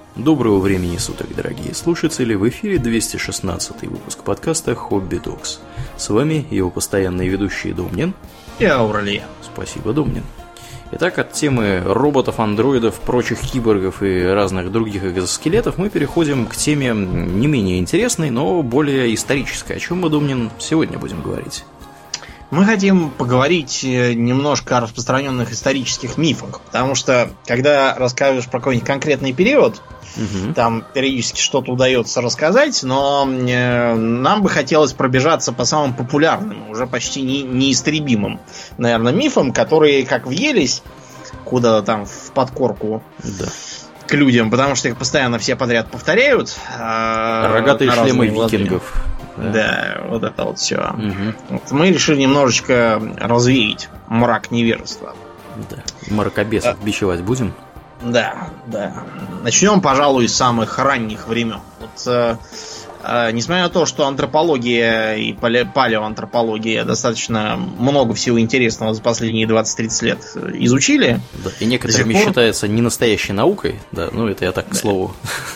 Доброго времени суток, дорогие слушатели! В эфире 216-й выпуск подкаста «Хобби Докс». С вами его постоянные ведущие Домнин и Ауралия. Спасибо, Домнин. Итак, от темы роботов, андроидов, прочих киборгов и разных других экзоскелетов мы переходим к теме не менее интересной, но более исторической. О чем мы, Домнин, сегодня будем говорить? Мы хотим поговорить немножко о распространенных исторических мифах, потому что, когда рассказываешь про какой-нибудь конкретный период, там периодически что-то удается рассказать, но нам бы хотелось пробежаться по самым популярным, уже почти неистребимым, наверное, мифам, которые как въелись куда-то там в подкорку к людям, потому что их постоянно все подряд повторяют. Рогатые шлемы викингов. Да, вот это вот все. Вот мы решили немножечко развеять мрак невежества. Да. Мракобесов бичевать будем? Да. Начнем, пожалуй, с самых ранних времен. Вот, несмотря на то, что антропология и палеоантропология достаточно много всего интересного за последние 20-30 лет изучили. Да, и некоторыми считается не настоящей наукой. Да, ну это я так к слову.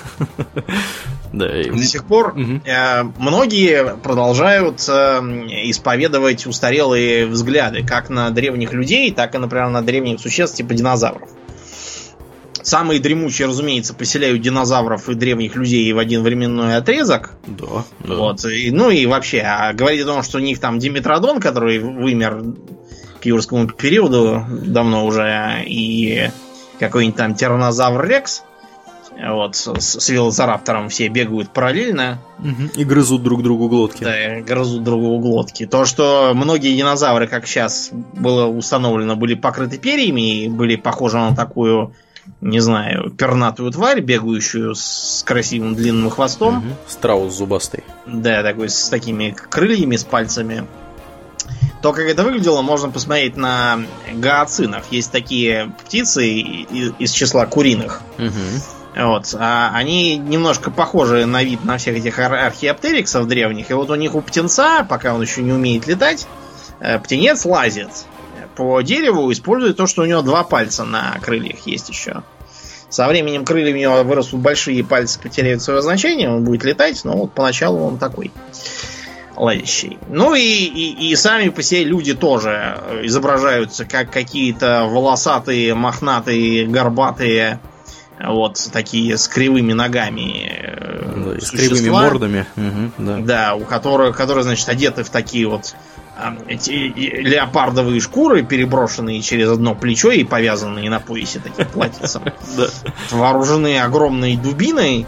До сих пор многие продолжают исповедовать устарелые взгляды как на древних людей, так и, например, на древних существ типа динозавров. Самые дремучие, разумеется, поселяют динозавров и древних людей в один временной отрезок. Да. Вот. И вообще, говорить о том, что у них там Диметродон, который вымер к юрскому периоду давно уже, и какой-нибудь там Тираннозавр Рекс, вот, с велоцираптором все бегают параллельно. И грызут друг другу глотки. Да, грызут друг другу глотки. То, что многие динозавры, как сейчас было установлено, были покрыты перьями и были похожи на такую, не знаю, пернатую тварь, бегающую с красивым длинным хвостом. Страус зубастый. Да, такой с такими крыльями, с пальцами. То, как это выглядело, можно посмотреть на гоацинах. Есть такие птицы из числа куриных. Вот. Они немножко похожи на вид на всех этих археоптериксов древних. И вот у них у птенца, пока он еще не умеет летать, птенец лазит по дереву, используя то, что у него 2 пальца на крыльях есть еще. Со временем крылья у него вырастут большие, пальцы потеряют свое значение, он будет летать, но вот поначалу он такой лазящий. Ну и сами по себе люди тоже изображаются как какие-то волосатые, мохнатые, горбатые, вот такие с кривыми ногами, с кривыми мордами, да, у которых, которые, значит, одеты в такие вот эти леопардовые шкуры, переброшенные через одно плечо и повязанные на поясе таким платьицем, вооружены огромной дубиной,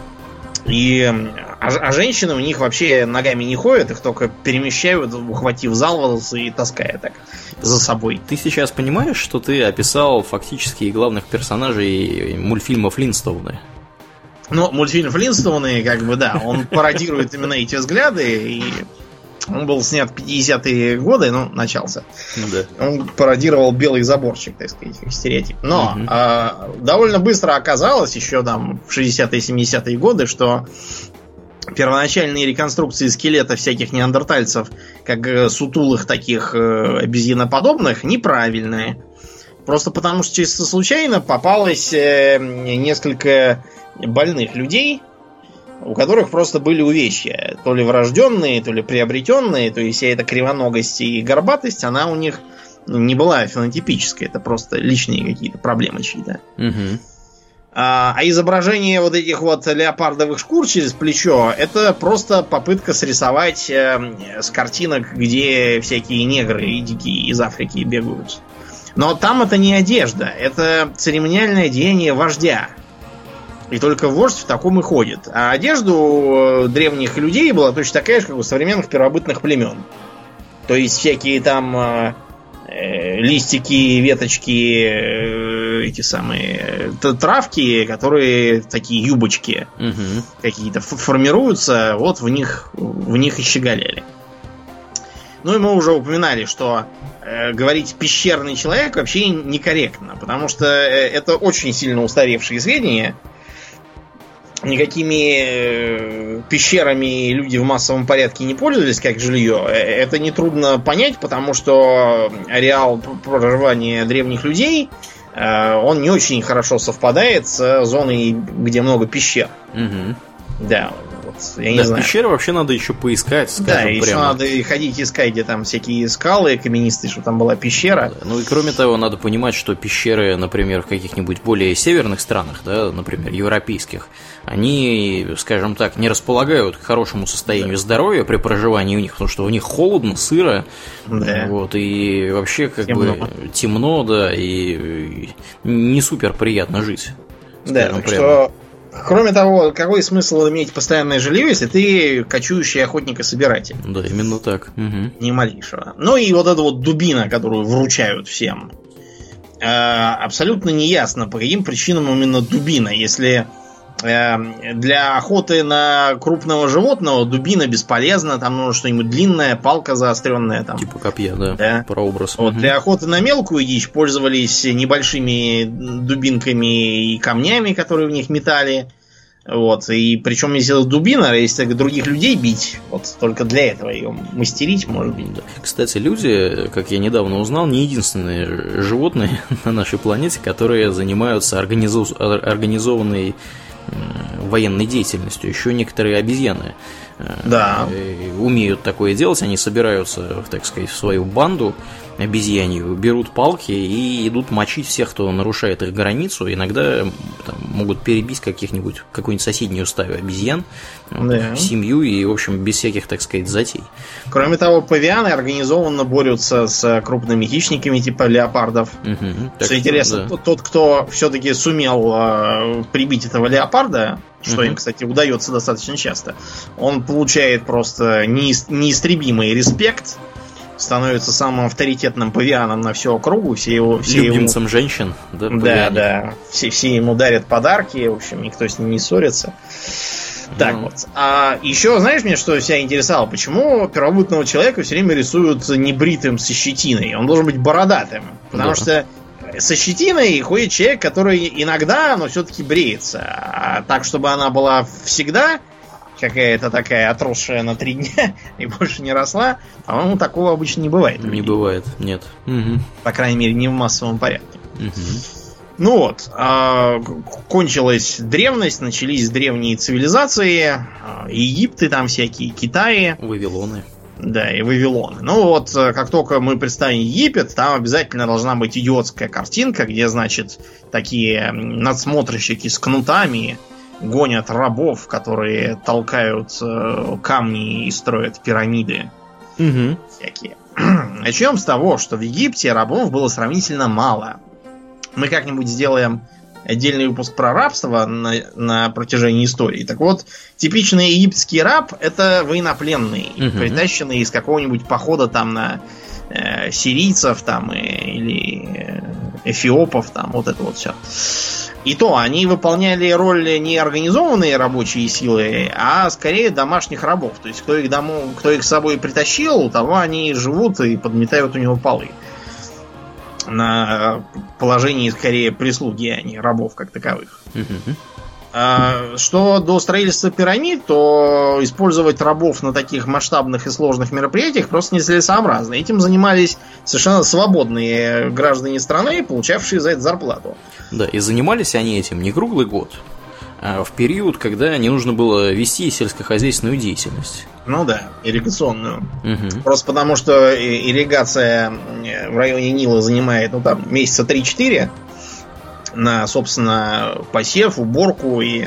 а женщины у них вообще ногами не ходят, их только перемещают, ухватив за волосы и таская так за собой. Ты сейчас понимаешь, что ты описал фактически главных персонажей мультфильма «Флинстоуны»? Ну, мультфильм «Флинстоуны», как бы, да, он пародирует именно эти взгляды, и он был снят в 50-е годы, ну, начался. Он пародировал белый заборчик, так сказать, как стереотип. Но довольно быстро оказалось, еще там в 60-е, 70-е годы, что первоначальные реконструкции скелета всяких неандертальцев, как сутулых таких обезьяноподобных, неправильные. Просто потому что чисто случайно попалось несколько больных людей, у которых просто были увечья. То ли врожденные, то ли приобретенные. То есть вся эта кривоногость и горбатость, она у них не была фенотипической. Это просто личные какие-то проблемы чьи-то. А изображение вот этих вот леопардовых шкур через плечо, это просто попытка срисовать с картинок, где всякие негры и дикие из Африки бегают. Но там это не одежда, это церемониальное деяние вождя. И только вождь в таком и ходит. А одежда у древних людей была точно такая же, как у современных первобытных племен. То есть всякие там листики, веточки, эти самые травки, которые такие юбочки какие-то формируются, вот в них и щеголяли. Ну и мы уже упоминали, что говорить пещерный человек вообще некорректно, потому что это очень сильно устаревшие сведения. Никакими пещерами люди в массовом порядке не пользовались как жилье. Это нетрудно понять, потому что ареал проживания древних людей он не очень хорошо совпадает с зоной, где много пещер. Да, вот, я не знаю. Пещеры вообще надо еще поискать, скажем прямо. Да, еще прямо. надо ходить искать, где там всякие скалы каменистые, чтобы там была пещера. Да. Ну и кроме того, надо понимать, что пещеры, например, в каких-нибудь более северных странах, да, например, европейских, они, скажем так, не располагают к хорошему состоянию здоровья при проживании у них, потому что у них холодно, сыро, вот, и вообще как бы темно, да, и не супер приятно жить. Да, так что... Кроме того, какой смысл иметь постоянное жилье, если ты кочующий охотник и собиратель? Да, именно так. Ни малейшего. Ну и вот эта вот дубина, которую вручают всем. Абсолютно неясно, по каким причинам именно дубина. Если для охоты на крупного животного дубина бесполезна, там нужно что-нибудь длинное, палка заостренная. Там. Типа копья, да. Прообраз. Вот, для охоты на мелкую дичь пользовались небольшими дубинками и камнями, которые в них метали. Вот, и причем если дубина, если других людей бить, вот только для этого ее мастерить, может быть. Кстати, люди, как я недавно узнал, не единственные животные на нашей планете, которые занимаются организованной военной деятельностью. Еще некоторые обезьяны умеют такое делать. Они собираются, так сказать, в свою банду обезьянью, берут палки и идут мочить всех, кто нарушает их границу. Иногда там, могут перебить какую-нибудь соседнюю стаю обезьян, семью и, в общем, без всяких, так сказать, затей. Кроме того, павианы организованно борются с крупными хищниками типа леопардов. Что интересно, тот, кто все-таки сумел прибить этого леопарда, что им, кстати, удается достаточно часто, он получает просто неистребимый респект, становится самым авторитетным павианом на всю округу, любимцем женщин, да, все ему дарят подарки, в общем, никто с ним не ссорится. Так вот. А еще, знаешь, мне что себя интересовало, почему первобытного человека все время рисуют небритым со щетиной? Он должен быть бородатым, потому что со щетиной ходит человек, который иногда, но все-таки бреется. А так, чтобы она была всегда какая-то такая отросшая на 3 дня и больше не росла, по-моему, такого обычно не бывает. Не бывает, нет. По крайней мере, не в массовом порядке. Ну вот, кончилась древность, начались древние цивилизации, Египты там всякие, Китаи. Вавилоны. Да, и Вавилоны. Ну вот, как только мы представим Египет, там обязательно должна быть идиотская картинка, где, значит, такие надсмотрщики с кнутами гонят рабов, которые толкают камни и строят пирамиды. Всякие. Начнем с того, что в Египте рабов было сравнительно мало. Мы как-нибудь сделаем отдельный выпуск про рабство на протяжении истории. Так вот, типичный египетский раб — это военнопленный, притащенный из какого-нибудь похода там на сирийцев там, или эфиопов, там, вот это вот все. И то они выполняли роль не организованные рабочие силы, а скорее домашних рабов. То есть кто их с собой притащил, у того они живут и подметают у него полы. На положении скорее прислуги, а не рабов как таковых. Что до строительства пирамид, то использовать рабов на таких масштабных и сложных мероприятиях просто нецелесообразно. Этим занимались совершенно свободные граждане страны, получавшие за это зарплату. Да, и занимались они этим не круглый год, а в период, когда не нужно было вести сельскохозяйственную деятельность. Ну да, ирригационную. Просто потому, что ирригация в районе Нила занимает, там, месяца 3-4 на, собственно, посев, уборку и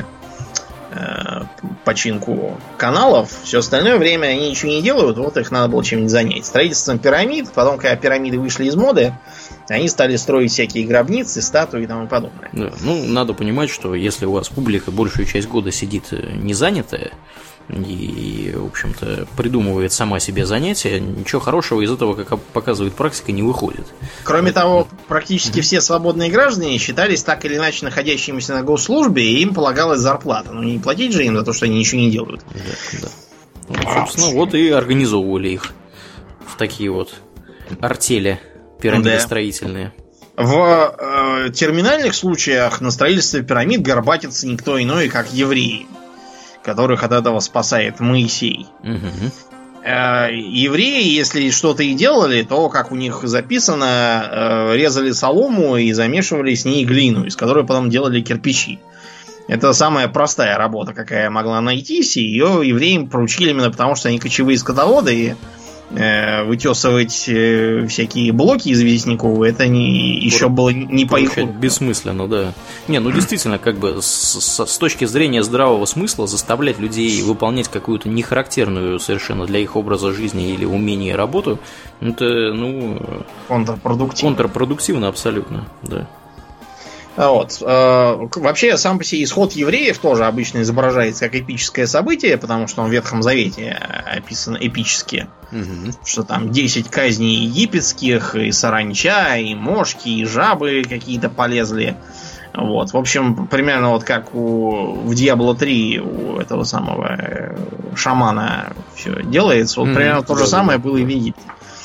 починку каналов. Все остальное время они ничего не делают, вот их надо было чем-нибудь занять. Строительством пирамид, потом, когда пирамиды вышли из моды, они стали строить всякие гробницы, статуи и тому подобное. Да, надо понимать, что если у вас публика большую часть года сидит не занятая и, в общем-то, придумывает сама себе занятия, ничего хорошего из этого, как показывает практика, не выходит. Кроме того, практически все свободные граждане считались так или иначе находящимися на госслужбе, и им полагалась зарплата. Но не платить же им за то, что они ничего не делают. Да. Собственно, вот и организовывали их в такие вот артели пирамидостроительные. В терминальных случаях на строительстве пирамид горбатится никто иной, как евреи, которых от этого спасает Моисей. евреи, если что-то и делали, то, как у них записано, резали солому и замешивали с ней глину, из которой потом делали кирпичи. Это самая простая работа, какая могла найтись, и ее евреям поручили именно потому, что они кочевые скотоводы, и вытесывать всякие блоки известняков, это еще было не по их уровню. Бессмысленно, да. Не, ну действительно, как бы с точки зрения здравого смысла заставлять людей выполнять какую-то нехарактерную совершенно для их образа жизни или умения работу, это, ну... Контрпродуктивно абсолютно, да. Вот. Вообще, сам по себе исход евреев тоже обычно изображается как эпическое событие, потому что он в Ветхом Завете описан эпически. Угу. Что там 10 казней египетских, и саранча, и мошки, и жабы какие-то полезли. Вот. В общем, примерно вот как в Diablo 3 у этого самого шамана все делается. Вот примерно то же самое было и в Египте.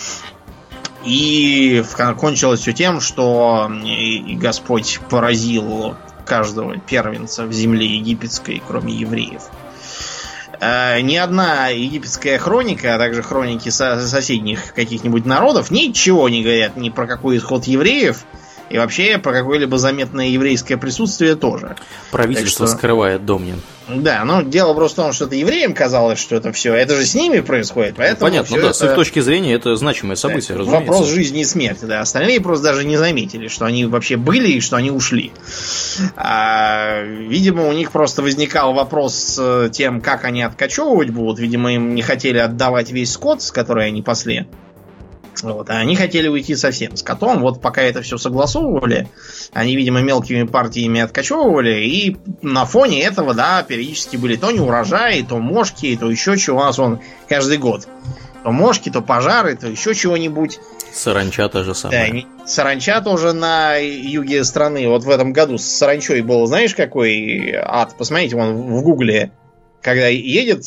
И кончилось все тем, что Господь поразил каждого первенца в земле египетской, кроме евреев. Ни одна египетская хроника, а также хроники соседних каких-нибудь народов ничего не говорят ни про какой исход евреев, и вообще про какое-либо заметное еврейское присутствие тоже. Правительство скрывает, Домнин. Да, но дело просто в том, что это евреям казалось, что это все. Это же с ними происходит, поэтому. Понятно, да, с их точки зрения это значимое событие, разумеется. Вопрос жизни и смерти, да. Остальные просто даже не заметили, что они вообще были и что они ушли. Видимо, у них просто возникал вопрос с тем, как они откачевывать будут. Видимо, им не хотели отдавать весь скот, который они пасли. Вот, а они хотели уйти совсем с котом. Вот пока это все согласовывали, они, видимо, мелкими партиями откачевывали, и на фоне этого, да, периодически были то неурожаи, то мошки, то еще чего. У нас он каждый год. То мошки, то пожары, то еще чего-нибудь. Саранча та же самая. Да, саранча тоже на юге страны. Вот в этом году с саранчой был, знаешь, какой ад? Посмотрите, вон в гугле. Когда едет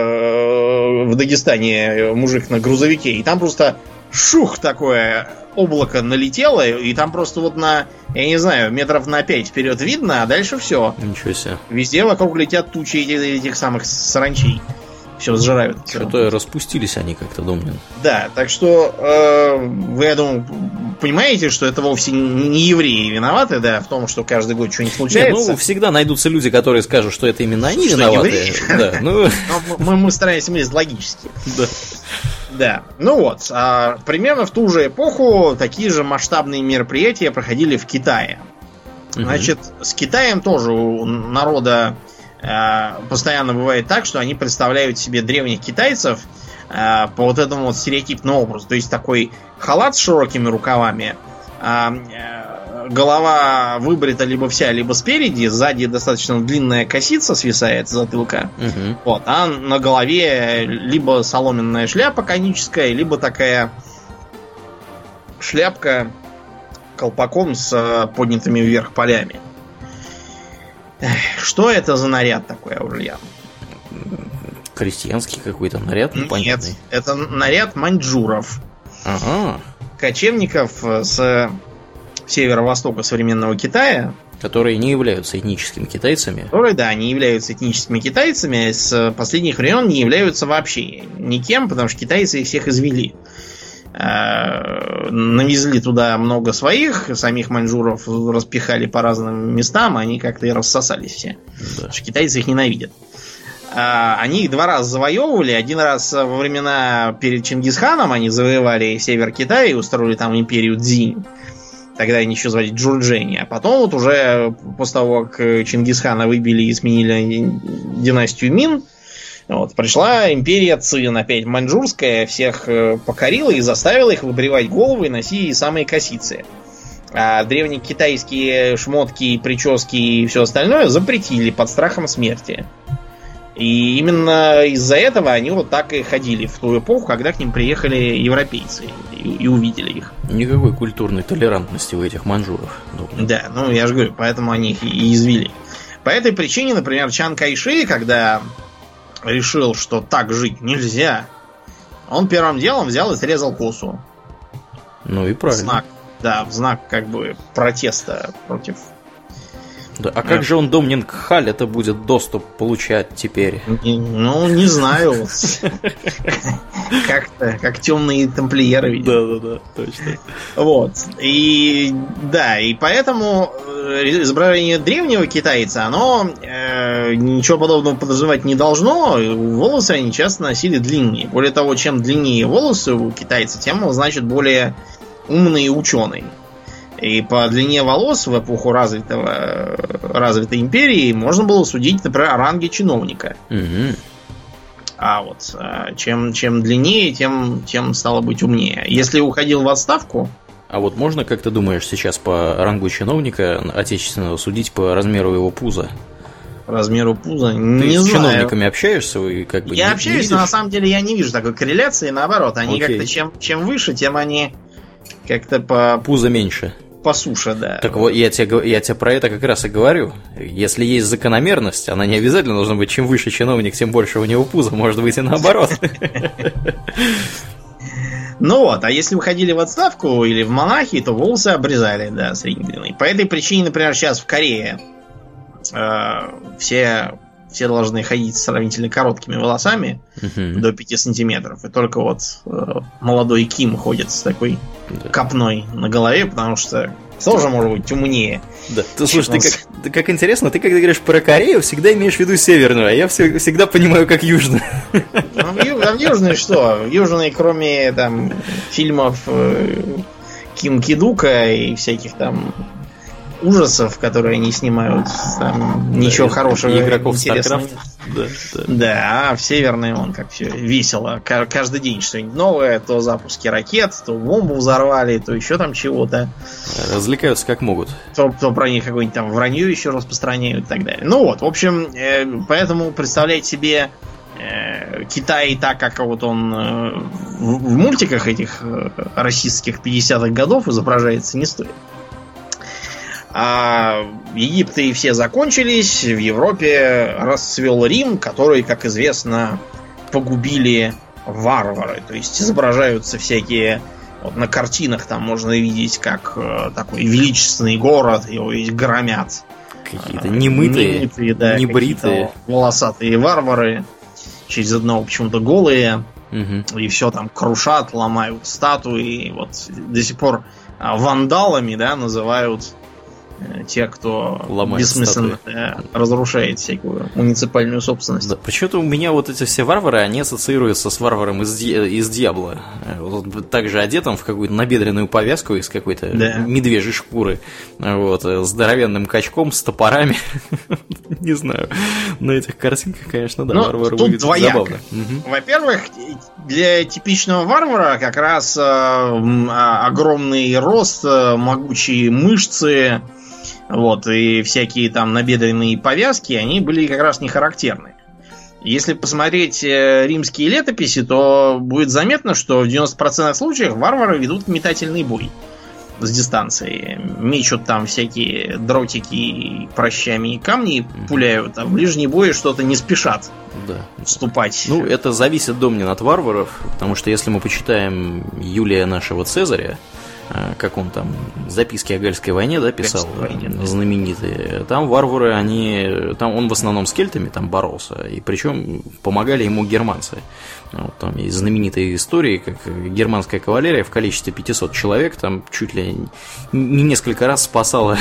в Дагестане мужик на грузовике, и там просто шух такое облако налетело, и там просто вот на, я не знаю, метров на 5 вперед видно, а дальше все. Ничего себе. Везде вокруг летят тучи этих самых саранчей. Все сжирают. Что-то распустились они как-то, Домнин. Да, так что вы, я думаю, понимаете, что это вовсе не евреи виноваты, да, в том, что каждый год что-нибудь случается. Нет, ну, всегда найдутся люди, которые скажут, что это именно они виноваты. Да, ну... Мы стараемся мыслить логически. Да. Да, ну вот, примерно в ту же эпоху такие же масштабные мероприятия проходили в Китае. Значит, с Китаем тоже у народа постоянно бывает так, что они представляют себе древних китайцев по вот этому вот стереотипному образу. То есть такой халат с широкими рукавами, голова выбрита либо вся, либо спереди, сзади достаточно длинная косица свисает с затылка. Вот, а на голове либо соломенная шляпа коническая, либо такая шляпка колпаком с поднятыми вверх полями. Что это за наряд такой, Аурлиан? Крестьянский какой-то наряд? Нет, это наряд маньчжуров. Ага. Кочевников с северо-востока современного Китая. Которые не являются этническими китайцами. Которые, да, не являются этническими китайцами, с последних времен не являются вообще никем, потому что китайцы их всех извели. Навезли туда много своих, самих маньчжуров распихали по разным местам, они как-то и рассосались все. Да. Потому что китайцы их ненавидят. Они их 2 раза завоевывали. 1 раз во времена перед Чингисханом они завоевали север Китая и устроили там империю Цзинь. Тогда они еще звали Джурджени. А потом вот уже после того, как Чингисхана выбили и сменили династию Мин, вот, пришла империя Цин, опять маньчжурская, всех покорила и заставила их выбривать головы и носить самые косицы. А древние китайские шмотки, прически и все остальное запретили под страхом смерти. И именно из-за этого они вот так и ходили в ту эпоху, когда к ним приехали европейцы и увидели их. Никакой культурной толерантности у этих маньчжуров. Да, ну я же говорю, поэтому они их и извели. По этой причине, например, Чан Кайши, когда решил, что так жить нельзя, он первым делом взял и срезал косу. Ну и правильно. В знак как бы протеста против Да, а как же он, Домнинг Халь, это будет доступ получать теперь? Ну, не знаю. Как-то, как темные тамплиеры, видимо. Да, точно. Вот. И да, и поэтому изображение древнего китайца, оно ничего подобного подразумевать не должно. Волосы они часто носили длиннее. Более того, чем длиннее волосы у китайца, тем он, значит, более умный и ученый. И по длине волос в эпоху развитой империи можно было судить, например, о ранге чиновника. Угу. А вот чем длиннее, тем стало быть умнее. Если уходил в отставку... А вот можно, как ты думаешь, сейчас по рангу чиновника отечественного судить по размеру его пуза? Размеру пуза? Ты не с знаю. чиновниками общаешься? Вы как бы Я общаюсь, но на самом деле я не вижу такой корреляции. Наоборот, они как-то чем выше, тем они как-то по... Пузо меньше. По суше, да. Так вот, я тебе про это как раз и говорю. Если есть закономерность, она не обязательно должна быть, чем выше чиновник, тем больше у него пузо, может быть и наоборот. Ну вот, а если выходили в отставку или в монахи, то волосы обрезали, да, средней длины. По этой причине, например, сейчас в Корее все должны ходить с сравнительно короткими волосами до 5 сантиметров. И только вот молодой Ким ходит с такой копной на голове, потому что тоже может быть умнее. Да, ты слушай, ты как интересно, ты когда говоришь про Корею, всегда имеешь в виду северную, а я всегда понимаю как южную. В южной что? В южной, кроме там фильмов Ким Кидука и всяких там ужасов, которые они снимают, там ничего хорошего, игроков интересного. Да, в Северной он как все весело. Каждый день что-нибудь новое, то запуски ракет, то бомбу взорвали, то еще там чего-то. Развлекаются как могут. То про них какое-нибудь там вранье еще распространяют и так далее. Ну вот, в общем, поэтому представлять себе Китай так, как вот он в мультиках этих российских 50-х годов изображается, не стоит. А Египты все закончились, в Европе расцвел Рим, который, как известно, погубили варвары. То есть изображаются всякие... Вот на картинах там можно видеть, как такой величественный город, его весь громят. Какие-то немытые, да, небритые. Волосатые варвары, через одного почему-то голые. Угу. И все там крушат, ломают статуи. Вот до сих пор вандалами, да, называют те, кто ломает бессмысленно разрушает всякую муниципальную собственность. Да, почему-то у меня вот эти все варвары, они ассоциируются с варваром из Диабло. Вот, также одетым в какую-то набедренную повязку из какой-то медвежьей шкуры. Вот, с здоровенным качком, с топорами. Не знаю. На этих картинках, конечно, да, варвар выглядит забавно. Во-первых, для типичного варвара как раз огромный рост, могучие мышцы, вот, и всякие там набедренные повязки, они были как раз не характерны. Если посмотреть римские летописи, то будет заметно, что в 90% случаев варвары ведут метательный бой с дистанции. Мечут там всякие дротики прощами и камни пуляют, а в ближний бой что-то не спешат вступать. Ну, это зависит, Домнин, от варваров, потому что если мы почитаем Юлия нашего Цезаря, как он там записки о Гальской войне, да, писал, знаменитые. Там варвары, там он в основном с кельтами там боролся, и причем помогали ему германцы. Вот, там есть знаменитые истории, как германская кавалерия в количестве 500 человек там чуть ли не несколько раз спасала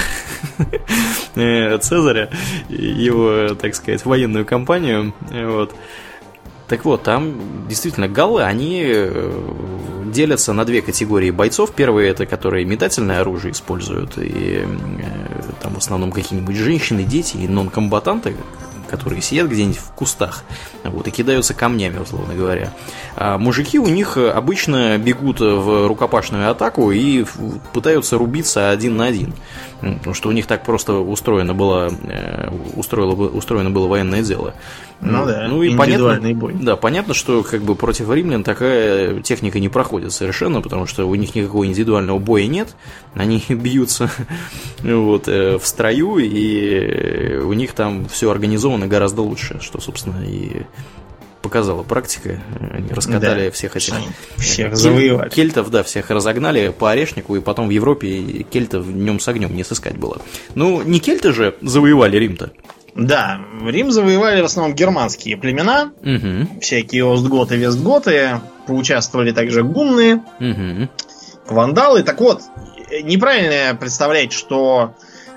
Цезаря, его, так сказать, военную кампанию. Вот. Так вот, там действительно галлы, они делятся на две категории бойцов. Первые — это которые метательное оружие используют, и там в основном какие-нибудь женщины, дети и нон-комбатанты, которые сидят где-нибудь в кустах, вот, и кидаются камнями, условно говоря. А мужики у них обычно бегут в рукопашную атаку и пытаются рубиться один на один, потому что у них так просто устроено было военное дело. Ну да, ну, и индивидуальный бой. Да, понятно, что как бы против римлян такая техника не проходит совершенно, потому что у них никакого индивидуального боя нет, они бьются вот, в строю, и у них там все организовано гораздо лучше, что, собственно, и показала практика. Они раскатали всех этих... Всех завоевали. Кельтов, да, всех разогнали по Орешнику, и потом в Европе кельтов днем с огнем не сыскать было. Ну, не кельты же завоевали Рим-то. Да, Рим завоевали в основном германские племена, всякие остготы, вестготы, поучаствовали также гунны, вандалы. Так вот, неправильно представлять, что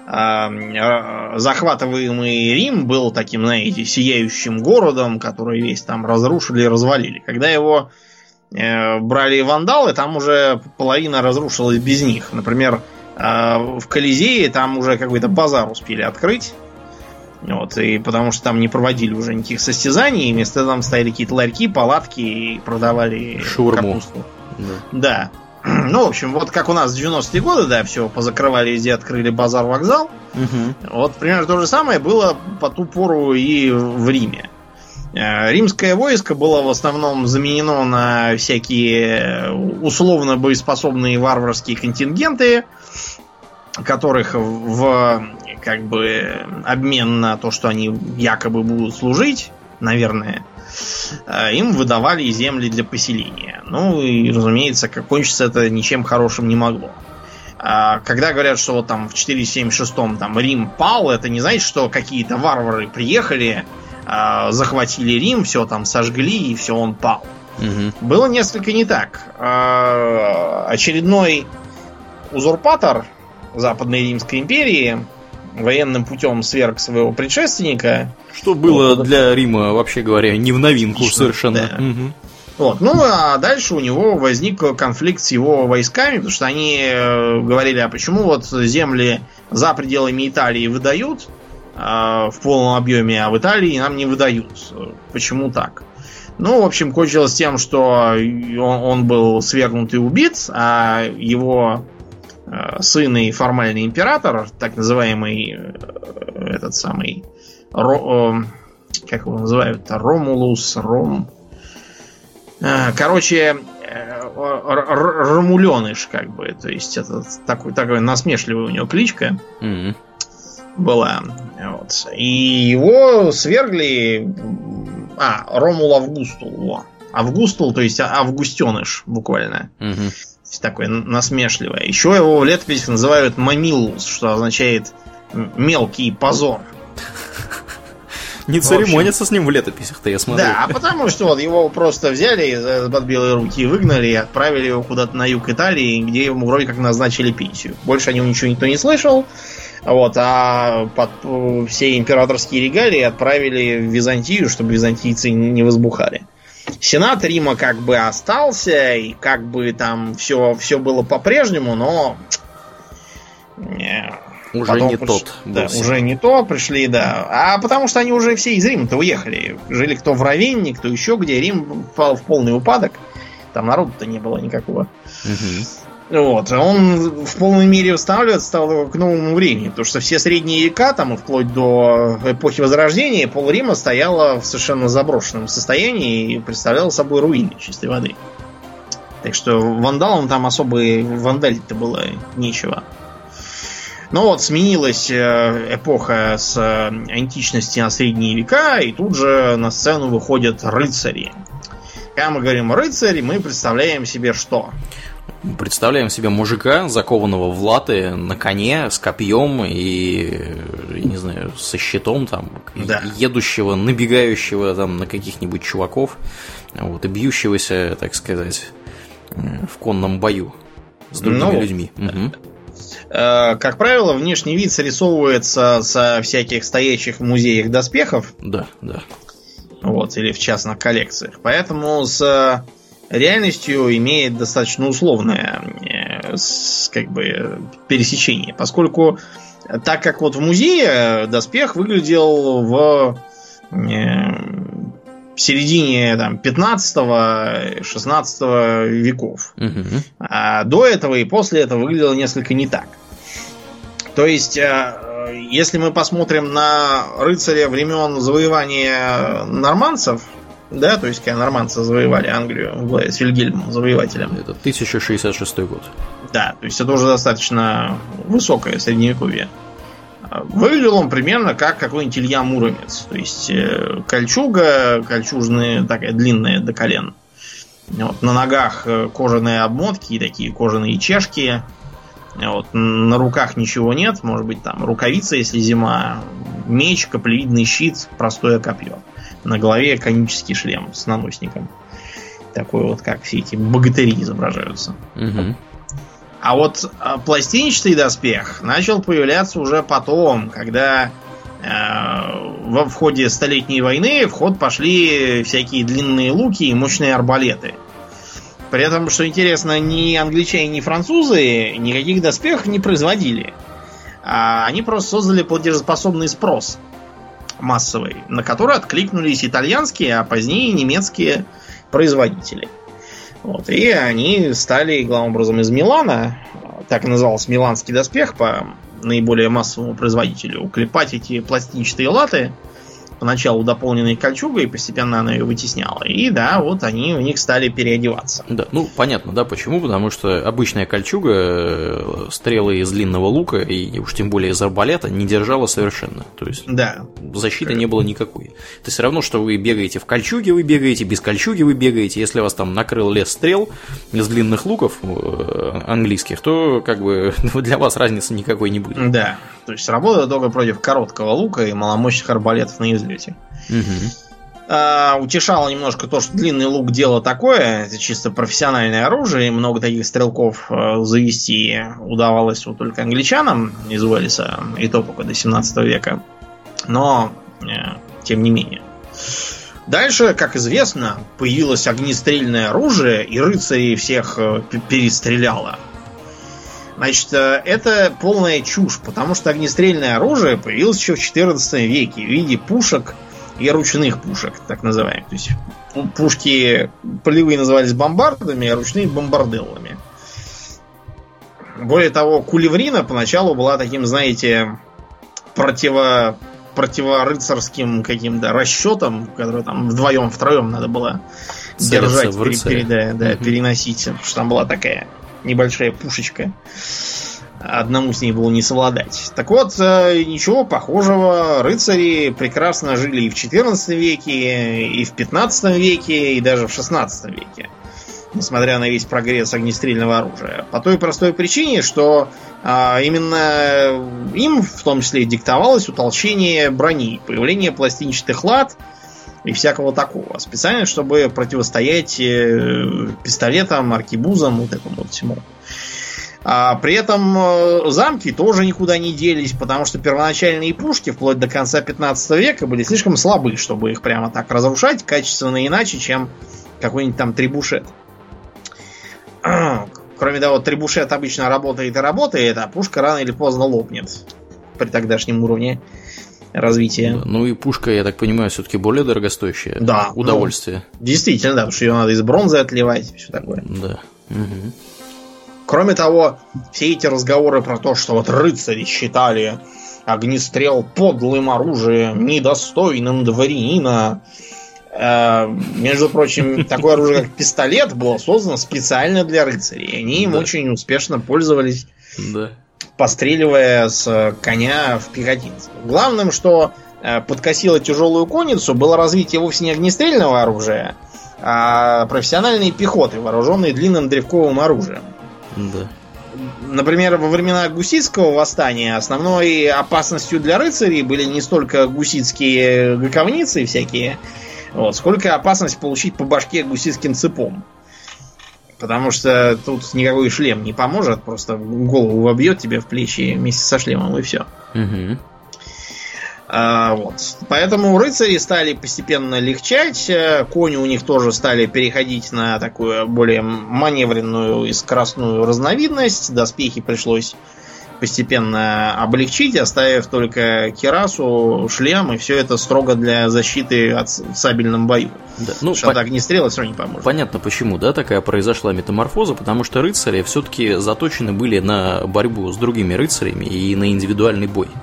захватываемый Рим был таким, знаете, сияющим городом, который весь там разрушили и развалили. Когда его брали вандалы, там уже половина разрушилась без них. Например, в Колизее там уже какой-то базар успели открыть. Вот, и потому что там не проводили уже никаких состязаний, и вместо этого там стояли какие-то ларьки, палатки и продавали шаурму. Капусту. Да. Ну, в общем, вот как у нас в 90-е годы, да, все позакрывали везде, открыли базар-вокзал. Вот примерно то же самое было по ту пору и в Риме. Римское войско было в основном заменено на всякие условно боеспособные варварские контингенты, которых в как бы обмен на то, что они якобы будут служить, наверное, им выдавали земли для поселения. Ну и, разумеется, кончиться это ничем хорошим не могло. Когда говорят, что вот там в 476-м там Рим пал, это не значит, что какие-то варвары приехали, захватили Рим, все там сожгли и все, он пал. Было несколько не так. Очередной узурпатор Западной Римской империи военным путем сверг своего предшественника. Что было для Рима, вообще говоря, не в новинку совершенно. Да. Вот. Ну, а дальше у него возник конфликт с его войсками, потому что они говорили, а почему вот земли за пределами Италии выдают в полном объеме, а в Италии нам не выдают. Почему так? Ну, в общем, кончилось тем, что он был свергнут и убит, а его сын и формальный император, так называемый этот самый как его называют-то? Ромулус, короче, Ромуленыш, как бы. То есть это такой насмешливая у него кличка была. Вот. И его свергли Ромул Августул. Августул, то есть Августеныш, буквально. Такое насмешливое. Еще его в летописях называют Мамиллус, что означает мелкий позор. Не церемонятся с ним в летописях-то, я смотрю. Да, а потому что вот его просто взяли под белые руки и выгнали, и отправили его куда-то на юг Италии, где ему вроде как назначили пенсию. Больше о нем ничего никто не слышал. Вот, а под все императорские регалии отправили в Византию, чтобы византийцы не возбухали. Сенат Рима как бы остался, и как бы там все было по-прежнему, но уже не тот. Да, уже не то пришли, да. А потому что они уже все из Рима-то уехали. Жили кто в Равенне, кто еще где. Рим впал в полный упадок. Там народа-то не было никакого. Вот. Он в полной мере восстанавливаться стал только к новому времени. Потому что все средние века, там и вплоть до эпохи Возрождения, пол Рима стояло в совершенно заброшенном состоянии и представляло собой руины чистой воды. Так что вандалам там особо вандалить-то было нечего. Но вот сменилась эпоха с античности на средние века, и тут же на сцену выходят рыцари. Когда мы говорим рыцарь, мы представляем себе что? Представляем себе мужика, закованного в латы, на коне, с копьем и, не знаю, со щитом, там, едущего, набегающего там на каких-нибудь чуваков, вот, и бьющегося, так сказать, в конном бою с другими людьми. Как правило, внешний вид срисовывается со всяких стоящих в музеях доспехов. Да. Вот, или в частных коллекциях. Поэтому с реальностью имеет достаточно условное как бы пересечение. Поскольку так как вот в музее доспех выглядел в середине там, 15-16 веков. А до этого и после этого выглядело несколько не так. То есть, если мы посмотрим на рыцаря времен завоевания нормандцев, да, то есть, когда нормандцы завоевали Англию с Вильгельмом, завоевателем. Это 1066 год. Да, то есть, это уже достаточно высокое средневековье. Выглядел он примерно как какой-нибудь Илья Муромец. То есть кольчуга, кольчужная такая длинная до колен. Вот, на ногах кожаные обмотки, такие кожаные чешки. Вот, на руках ничего нет. Может быть, там рукавица, если зима. Меч, каплевидный щит, простое копье. На голове конический шлем с наносником. Такой вот, как все эти богатыри изображаются. Угу. А вот пластинчатый доспех начал появляться уже потом, когда в ходе Столетней войны в ход пошли всякие длинные луки и мощные арбалеты. При этом, что интересно, ни англичане, ни французы никаких доспехов не производили. Они просто создали платежеспособный спрос массовый, на который откликнулись итальянские, а позднее немецкие производители. Вот, и они стали, главным образом, из Милана, так и назывался миланский доспех по наиболее массовому производителю, клепать эти пластинчатые латы, поначалу дополненной кольчугой, постепенно она ее вытесняла. И да, вот они в них стали переодеваться. Да, ну понятно, да, почему? Потому что обычная кольчуга стрелы из длинного лука, и уж тем более из арбалета, не держала совершенно. То есть да. Защиты не было никакой. Это все равно, что вы бегаете в кольчуге, вы бегаете, без кольчуги вы бегаете. Если вас там накрыл лес стрел из длинных луков английских, то как бы для вас разницы никакой не будет. Да, то есть работает только против короткого лука и маломощных арбалетов на излете. Утешало немножко то, что длинный лук дело такое, это чисто профессиональное оружие, и много таких стрелков завести удавалось вот только англичанам из Уэльса, и то пока до 17 века. Но, тем не менее. Дальше, как известно, появилось огнестрельное оружие, и рыцарей всех перестреляло. Значит, это полная чушь, потому что огнестрельное оружие появилось еще в XIV веке в виде пушек и ручных пушек, так называемых. То есть пушки полевые назывались бомбардами, а ручные бомбарделлами. Более того, кулеврина поначалу была таким, знаете, противорыцарским каким-то расчетом, который там вдвоем-втроем надо было держать, переносить, потому что там была такая небольшая пушечка. Одному с ней было не совладать. Так вот, ничего похожего. Рыцари прекрасно жили и в XIV веке, и в XV веке, и даже в XVI веке. Несмотря на весь прогресс огнестрельного оружия. По той простой причине, что именно им в том числе диктовалось утолщение брони, появление пластинчатых лат и всякого такого. Специально, чтобы противостоять пистолетам, аркебузам, вот этому вот всему. При этом замки тоже никуда не делись, потому что первоначальные пушки вплоть до конца 15 века были слишком слабы, чтобы их прямо так разрушать качественно иначе, чем какой-нибудь там требушет. Кроме того, требушет обычно работает и работает, а пушка рано или поздно лопнет при тогдашнем уровне развития. Ну и пушка, я так понимаю, все-таки более дорогостоящая. Да. Удовольствие. Ну, действительно, да, потому что ее надо из бронзы отливать и все такое. Да. Угу. Кроме того, все эти разговоры про то, что вот рыцари считали огнестрел подлым оружием, недостойным дворянина. Между прочим, такое оружие, как пистолет, было создано специально для рыцарей. Они им очень успешно пользовались, постреливая с коня в пехотинцев. Главным, что подкосило тяжелую конницу, было развитие вовсе не огнестрельного оружия, а профессиональной пехоты, вооруженной длинным древковым оружием. Да. Например, во времена гуситского восстания основной опасностью для рыцарей были не столько гуситские гаковницы всякие, вот, сколько опасность получить по башке гуситским цепом. Потому что тут никакой шлем не поможет, просто голову вобьет тебе в плечи вместе со шлемом, и все. Угу. Вот. Поэтому рыцари стали постепенно легчать, кони у них тоже стали переходить на такую более маневренную и скоростную разновидность, доспехи пришлось постепенно облегчить, оставив только кирасу, шлем, и все это строго для защиты в сабельном бою. Да. Ну, что огнестрел все равно не поможет. Понятно, почему, да, такая произошла метаморфоза, потому что рыцари все-таки заточены были на борьбу с другими рыцарями и на индивидуальный бой.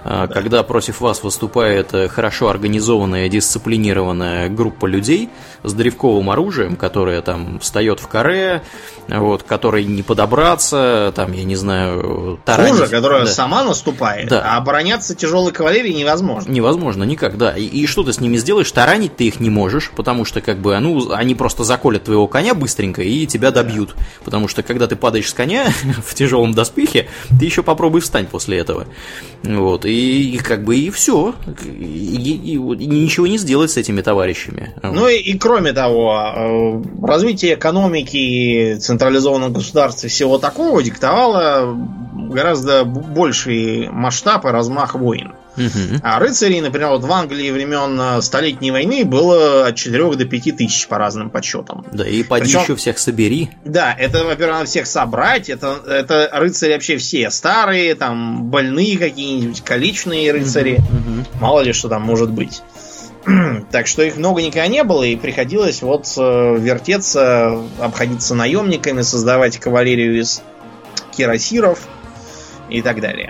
когда против вас выступает хорошо организованная, дисциплинированная группа людей с древковым оружием, которая там встает в каре, вот, которой не подобраться, там, я не знаю, таранить. Хуже, которая сама наступает, да. А обороняться тяжелой кавалерией невозможно. Невозможно никак, да. И что ты с ними сделаешь? Таранить ты их не можешь, потому что, как бы, они просто заколят твоего коня быстренько и тебя добьют. Потому что, когда ты падаешь с коня в тяжелом доспехе, ты еще попробуй встань после этого. Вот, и как бы и все. И ничего не сделать с этими товарищами. Ну и кроме того, развитие экономики, централизованного государства и всего такого диктовало гораздо больший масштаб и размах войн. А рыцарей, например, вот в Англии времен Столетней войны было от 4 до 5 тысяч по разным подсчетам. Да, и поди еще всех собери. Да, это, во-первых, надо всех собрать. Это рыцари вообще все старые, там больные какие-нибудь, калечные рыцари. Мало ли что там может быть. Так что их много никогда не было, и приходилось вот вертеться, обходиться наемниками, создавать кавалерию из кирасиров и так далее.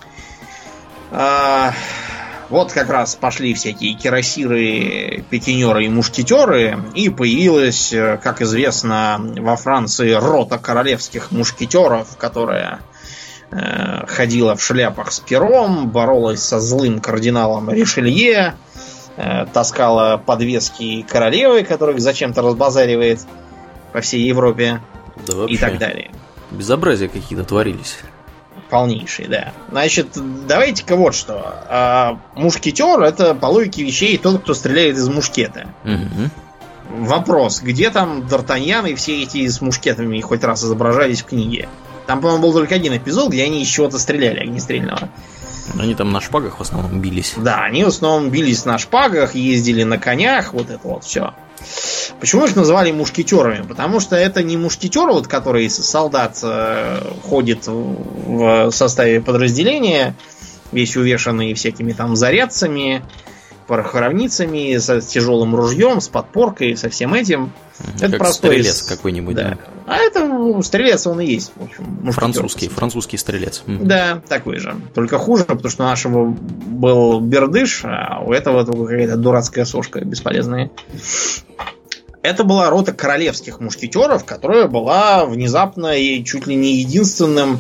Вот как раз пошли всякие кирасиры, пикинеры и мушкетеры, и появилась, как известно, во Франции рота королевских мушкетеров, которая ходила в шляпах с пером, боролась со злым кардиналом Ришелье, таскала подвески королевы, которых зачем-то разбазаривает по всей Европе, да, и так далее. Безобразия какие-то творились. Полнейший, да. Значит, давайте-ка вот что. Мушкетер — это по логике вещей тот, кто стреляет из мушкета. Вопрос, где там Д'Артаньян и все эти с мушкетами хоть раз изображались в книге? Там, по-моему, был только один эпизод, где они из чего-то стреляли огнестрельного. Они там на шпагах в основном бились. Да, они в основном бились на шпагах, ездили на конях, вот это вот все. Почему их называли мушкетерами? Потому что это не мушкетер, вот, который солдат ходит в составе подразделения, весь увешанный всякими там зарядцами, порохоровницами, с тяжелым ружьем, с подпоркой, со всем этим. Это как простой стрелец какой-нибудь. Да. А это стрелец он и есть. В общем, французский стрелец. Да, такой же. Только хуже, потому что у нашего был бердыш, а у этого какая-то дурацкая сошка бесполезная. Это была рота королевских мушкетеров, которая была внезапно и чуть ли не единственным,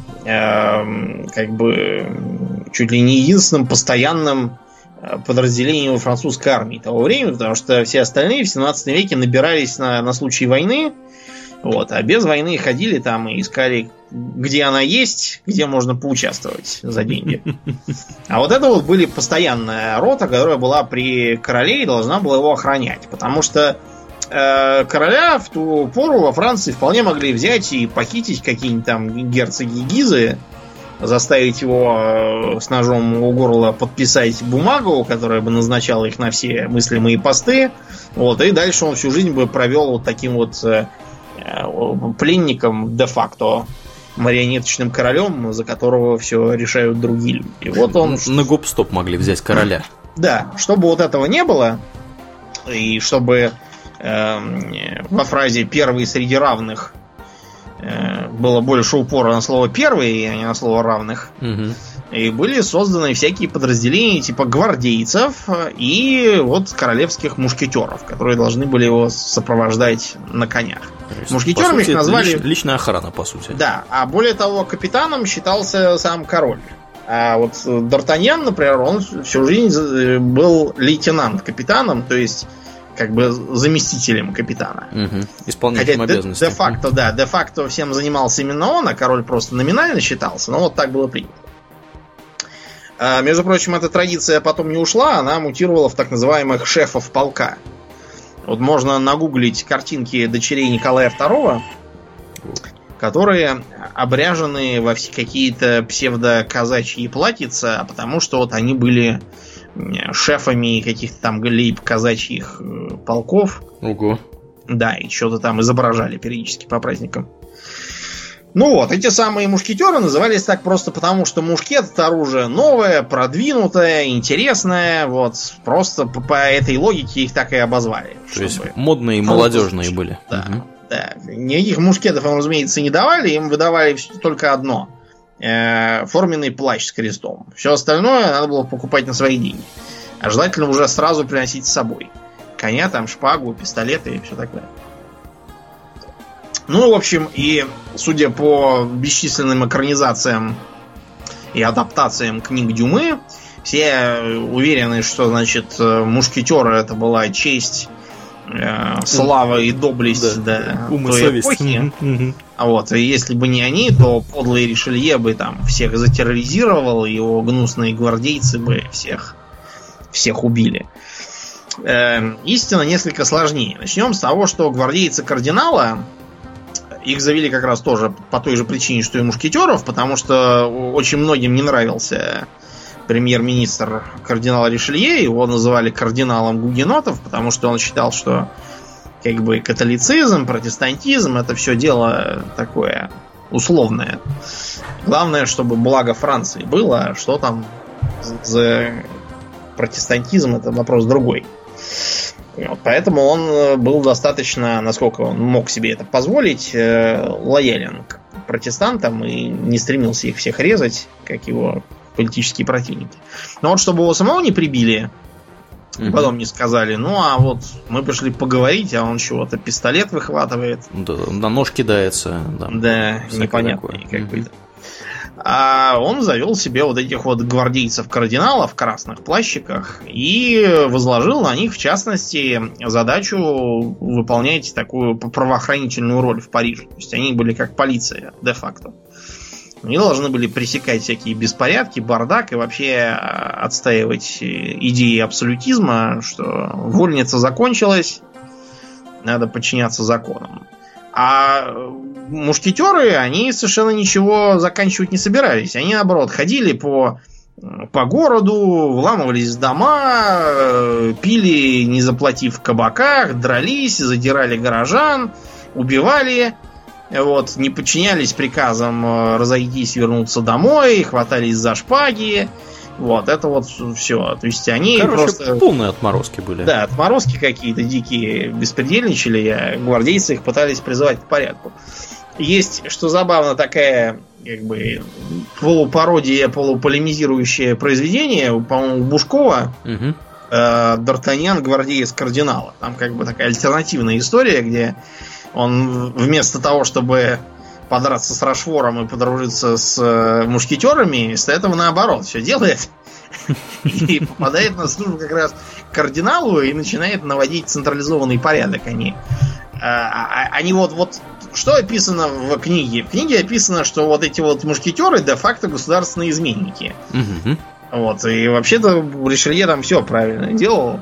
чуть ли не единственным постоянным подразделением французской армии того времени, потому что все остальные в 17 веке набирались на случай войны, вот, а без войны ходили там и искали, где она есть, где можно поучаствовать за деньги. А вот это вот были постоянная рота, которая была при короле и должна была его охранять, потому что короля в ту пору во Франции вполне могли взять и похитить какие-нибудь там герцоги Гизы, заставить его с ножом у горла подписать бумагу, которая бы назначала их на все мыслимые посты, вот, и дальше он всю жизнь бы провел вот таким вот пленником де-факто, марионеточным королем, за которого все решают другие люди. И вот он... На гоп-стоп могли взять короля. Да, чтобы вот этого не было, и чтобы во фразе «первый среди равных» было больше упора на слово «первый», а не на слово «равных». И были созданы всякие подразделения типа гвардейцев и вот королевских мушкетеров, которые должны были его сопровождать на конях. Мушкетерами их назвали... Личная охрана, по сути. Да, а более того, капитаном считался сам король. А вот Д'Артаньян, например, он всю жизнь был лейтенант-капитаном, то есть как бы заместителем капитана. Исполняющим обязанности. Де-факто, да, де-факто всем занимался именно он, а король просто номинально считался, но вот так было принято. Между прочим, эта традиция потом не ушла, она мутировала в так называемых шефов полка. Вот можно нагуглить картинки дочерей Николая II, которые обряжены во все какие-то псевдоказачьи платьица, потому что вот они были шефами каких-то там лейб-казачьих полков. Ого. Да, и что-то там изображали периодически по праздникам. Ну вот, эти самые мушкетеры назывались так просто потому, что мушкет — это оружие новое, продвинутое, интересное. Вот, просто по этой логике их так и обозвали. То есть модные и молодежные были. Да, да. Никаких мушкетов им, разумеется, не давали, им выдавали только одно. форменный плащ с крестом. Все остальное надо было покупать на свои деньги. А желательно уже сразу приносить с собой. Коня, там, шпагу, пистолеты и все такое. Ну, в общем, и судя по бесчисленным экранизациям и адаптациям книг Дюмы, все уверены, что, значит, мушкетеры это была честь, слава и доблесть той эпохи. А вот, и если бы не они, то подлый Ришелье бы там всех затерроризировал, его гнусные гвардейцы бы всех убили. Истина несколько сложнее. Начнем с того, что гвардейцы кардинала, их завели как раз тоже по той же причине, что и мушкетеров, потому что очень многим не нравился премьер-министр кардинала Ришелье, его называли кардиналом гугенотов, потому что он считал, что как бы католицизм, протестантизм это все дело такое условное. Главное, чтобы благо Франции было, а что там за протестантизм, это вопрос другой. Вот, поэтому он был достаточно, насколько он мог себе это позволить, лоялен к протестантам и не стремился их всех резать, как его политические противники. Но вот чтобы его самого не прибили, потом не сказали, ну а вот мы пришли поговорить, а он чего-то пистолет выхватывает. Да, на нож кидается. Да, непонятно какой-то. А он завел себе вот этих вот гвардейцев-кардиналов в красных плащиках и возложил на них, в частности, задачу выполнять такую правоохранительную роль в Париже. То есть они были как полиция, де-факто. Они должны были пресекать всякие беспорядки, бардак и вообще отстаивать идеи абсолютизма, что вольница закончилась, надо подчиняться законам. А мушкетеры, они совершенно ничего заканчивать не собирались. Они, наоборот, ходили по городу, вламывались в дома, пили, не заплатив в кабаках, дрались, задирали горожан, убивали. Вот, не подчинялись приказам разойтись, вернуться домой, хватались за шпаги. Вот, это вот все. То есть они просто... полные отморозки были. Да, отморозки какие-то дикие беспредельничали, а гвардейцы их пытались призывать к порядку. Есть, что забавно, такая как бы полупародия, полуполемизирующее произведение, по-моему, Бушкова. Д'Артаньян, гвардеец кардинала. Там как бы такая альтернативная история, где он вместо того, чтобы подраться с Рошфором и подружиться с мушкетерами, вместо этого наоборот все делает и попадает на службу как раз к кардиналу и начинает наводить централизованный порядок. Они вот что описано в книге? В книге описано, что вот эти вот мушкетеры де-факто государственные изменники. Вот, и вообще-то Ришелье там все правильно делал.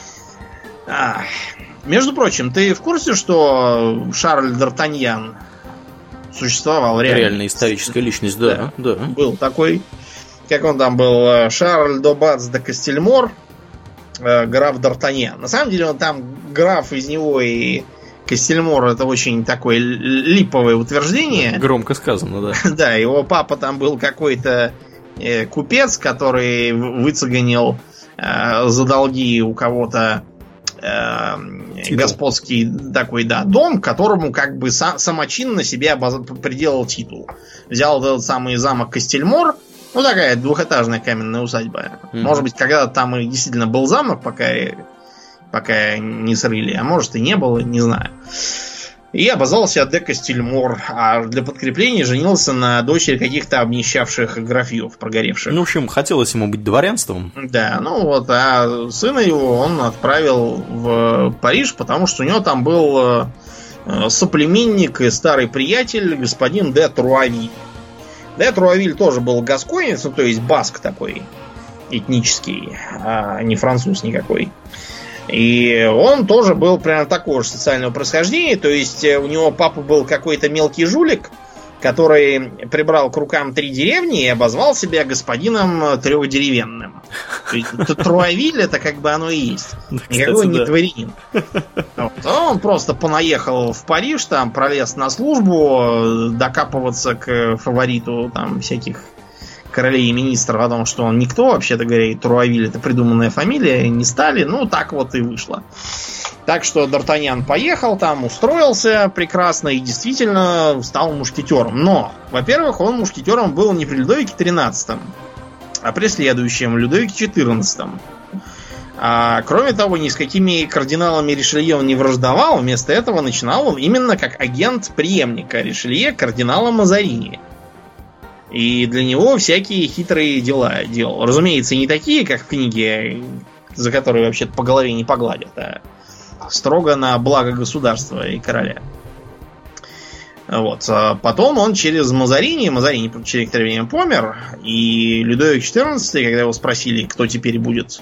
Между прочим, ты в курсе, что Шарль Д'Артаньян существовал реально? Реальная историческая личность, да. Был такой, как он там был, Шарль де Кастельмор, граф Д'Артаньян. На самом деле он там граф из него и Кастельмор, это очень такое липовое утверждение. Громко сказано, да. Да, его папа там был какой-то купец, который выцеганил за долги у кого-то господский такой, да, дом, которому как бы самочинно себе приделал титул. Взял этот самый замок Кастельмор, ну такая двухэтажная каменная усадьба. Может быть, когда-то там и действительно был замок, пока не срыли, а может и не было, не знаю. И обозвался де Кастельмор, а для подкрепления женился на дочери каких-то обнищавших графьев, прогоревших. Ну, в общем, хотелось ему быть дворянством. Да, ну вот, а сына его он отправил в Париж, потому что у него там был соплеменник и старый приятель, господин де Труавиль. Де Труавиль тоже был гасконец, ну, то есть баск такой этнический, а не француз никакой. И он тоже был прямо такого же социального происхождения. То есть у него папа был какой-то мелкий жулик, который прибрал к рукам 3 деревни и обозвал себя господином трехдеревенным. То есть Труавиль это как бы оно и есть. Никакой не дворянин. Он просто понаехал в Париж, там пролез на службу, докапываться к фавориту там всяких королей и министров о том, что он никто, вообще-то говоря, и Труавиль это придуманная фамилия, не стали. Ну, так вот и вышло. Так что Д'Артаньян поехал там, устроился прекрасно и действительно стал мушкетером. Но, во-первых, он мушкетером был не при Людовике XIII, а при следующем, Людовике XIV. А, кроме того, ни с какими кардиналами Ришелье он не враждовал. Вместо этого начинал он именно как агент преемника Ришелье, кардинала Мазарини. И для него всякие хитрые дела делал. Разумеется, не такие, как в книге, за которые вообще-то по голове не погладят, а строго на благо государства и короля. Вот. А потом он через Мазарини через некоторое время помер, и Людовик XIV, когда его спросили, кто теперь будет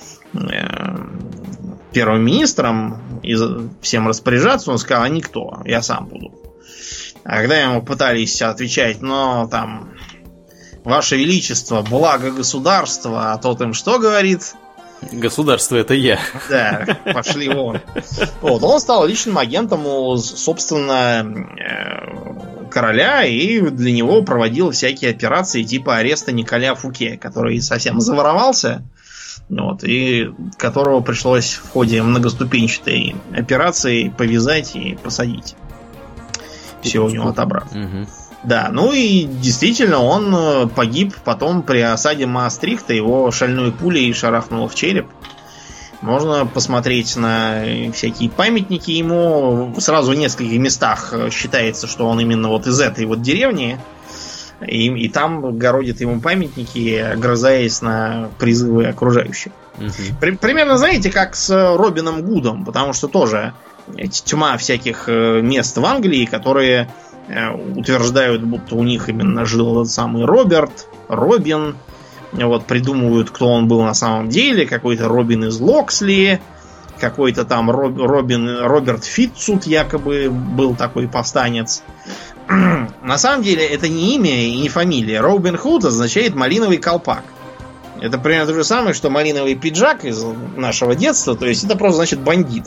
первым министром и всем распоряжаться, он сказал: а никто, я сам буду. А когда ему пытались отвечать: но там, Ваше Величество, благо государства, а тот им что говорит? Государство — это я. Да, пошли вон. Вот, он стал личным агентом у, собственно, короля, и для него проводил всякие операции типа ареста Николя Фуке, который совсем заворовался, вот, и которого пришлось в ходе многоступенчатой операции повязать и посадить. Все у него отобрать. Угу. Да, ну и действительно он погиб потом при осаде Маастрихта, его шальной пулей шарахнуло в череп. Можно посмотреть на всякие памятники ему. Сразу в нескольких местах считается, что он именно вот из этой вот деревни. И там городят ему памятники, огрызаясь на призывы окружающих. Угу. Примерно, знаете, как с Робином Гудом, потому что тоже тьма всяких мест в Англии, которые утверждают, будто у них именно жил этот самый Робин. Вот, придумывают, кто он был на самом деле. Какой-то Робин из Локсли, какой-то там Роберт Фитцут якобы был такой повстанец. На самом деле это не имя и не фамилия. Робин Худ означает малиновый колпак. Это примерно то же самое, что малиновый пиджак из нашего детства. То есть это просто значит бандит.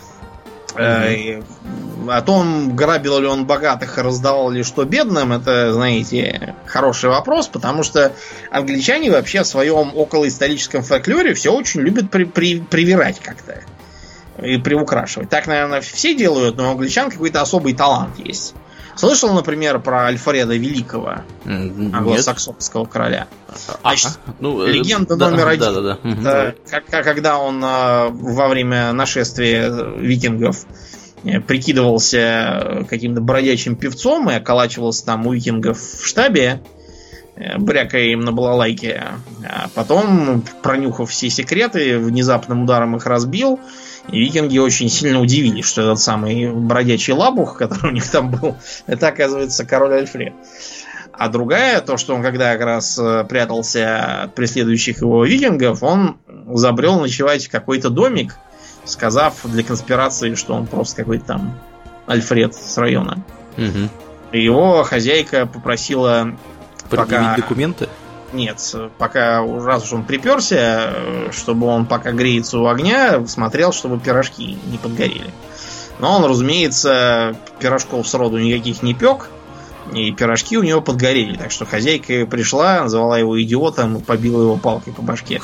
О том, грабил ли он богатых и раздавал ли что бедным, это, знаете, хороший вопрос, потому что англичане вообще в своем околоисторическом фольклоре все очень любят привирать как-то и приукрашивать. Так, наверное, все делают, но у англичан какой-то особый талант есть. Слышал, например, про Альфреда Великого, англосаксонского короля? Значит, легенда номер один. Когда он во время нашествия викингов прикидывался каким-то бродячим певцом и околачивался там у викингов в штабе, брякая им на балалайке. А потом, пронюхав все секреты, внезапным ударом их разбил. И викинги очень сильно удивились, что этот самый бродячий лабух, который у них там был, это, оказывается, король Альфред. А другая, то, что он когда как раз прятался от преследующих его викингов, он забрел ночевать в какой-то домик, сказав для конспирации, что он просто какой-то там Альфред с района. Угу. И его хозяйка попросила предъявить документы? Нет, пока, раз уж он приперся, чтобы он, пока греется у огня, смотрел, чтобы пирожки не подгорели. Но он, разумеется, пирожков сроду никаких не пек, и пирожки у него подгорели. Так что хозяйка пришла, назвала его идиотом и побила его палкой по башке.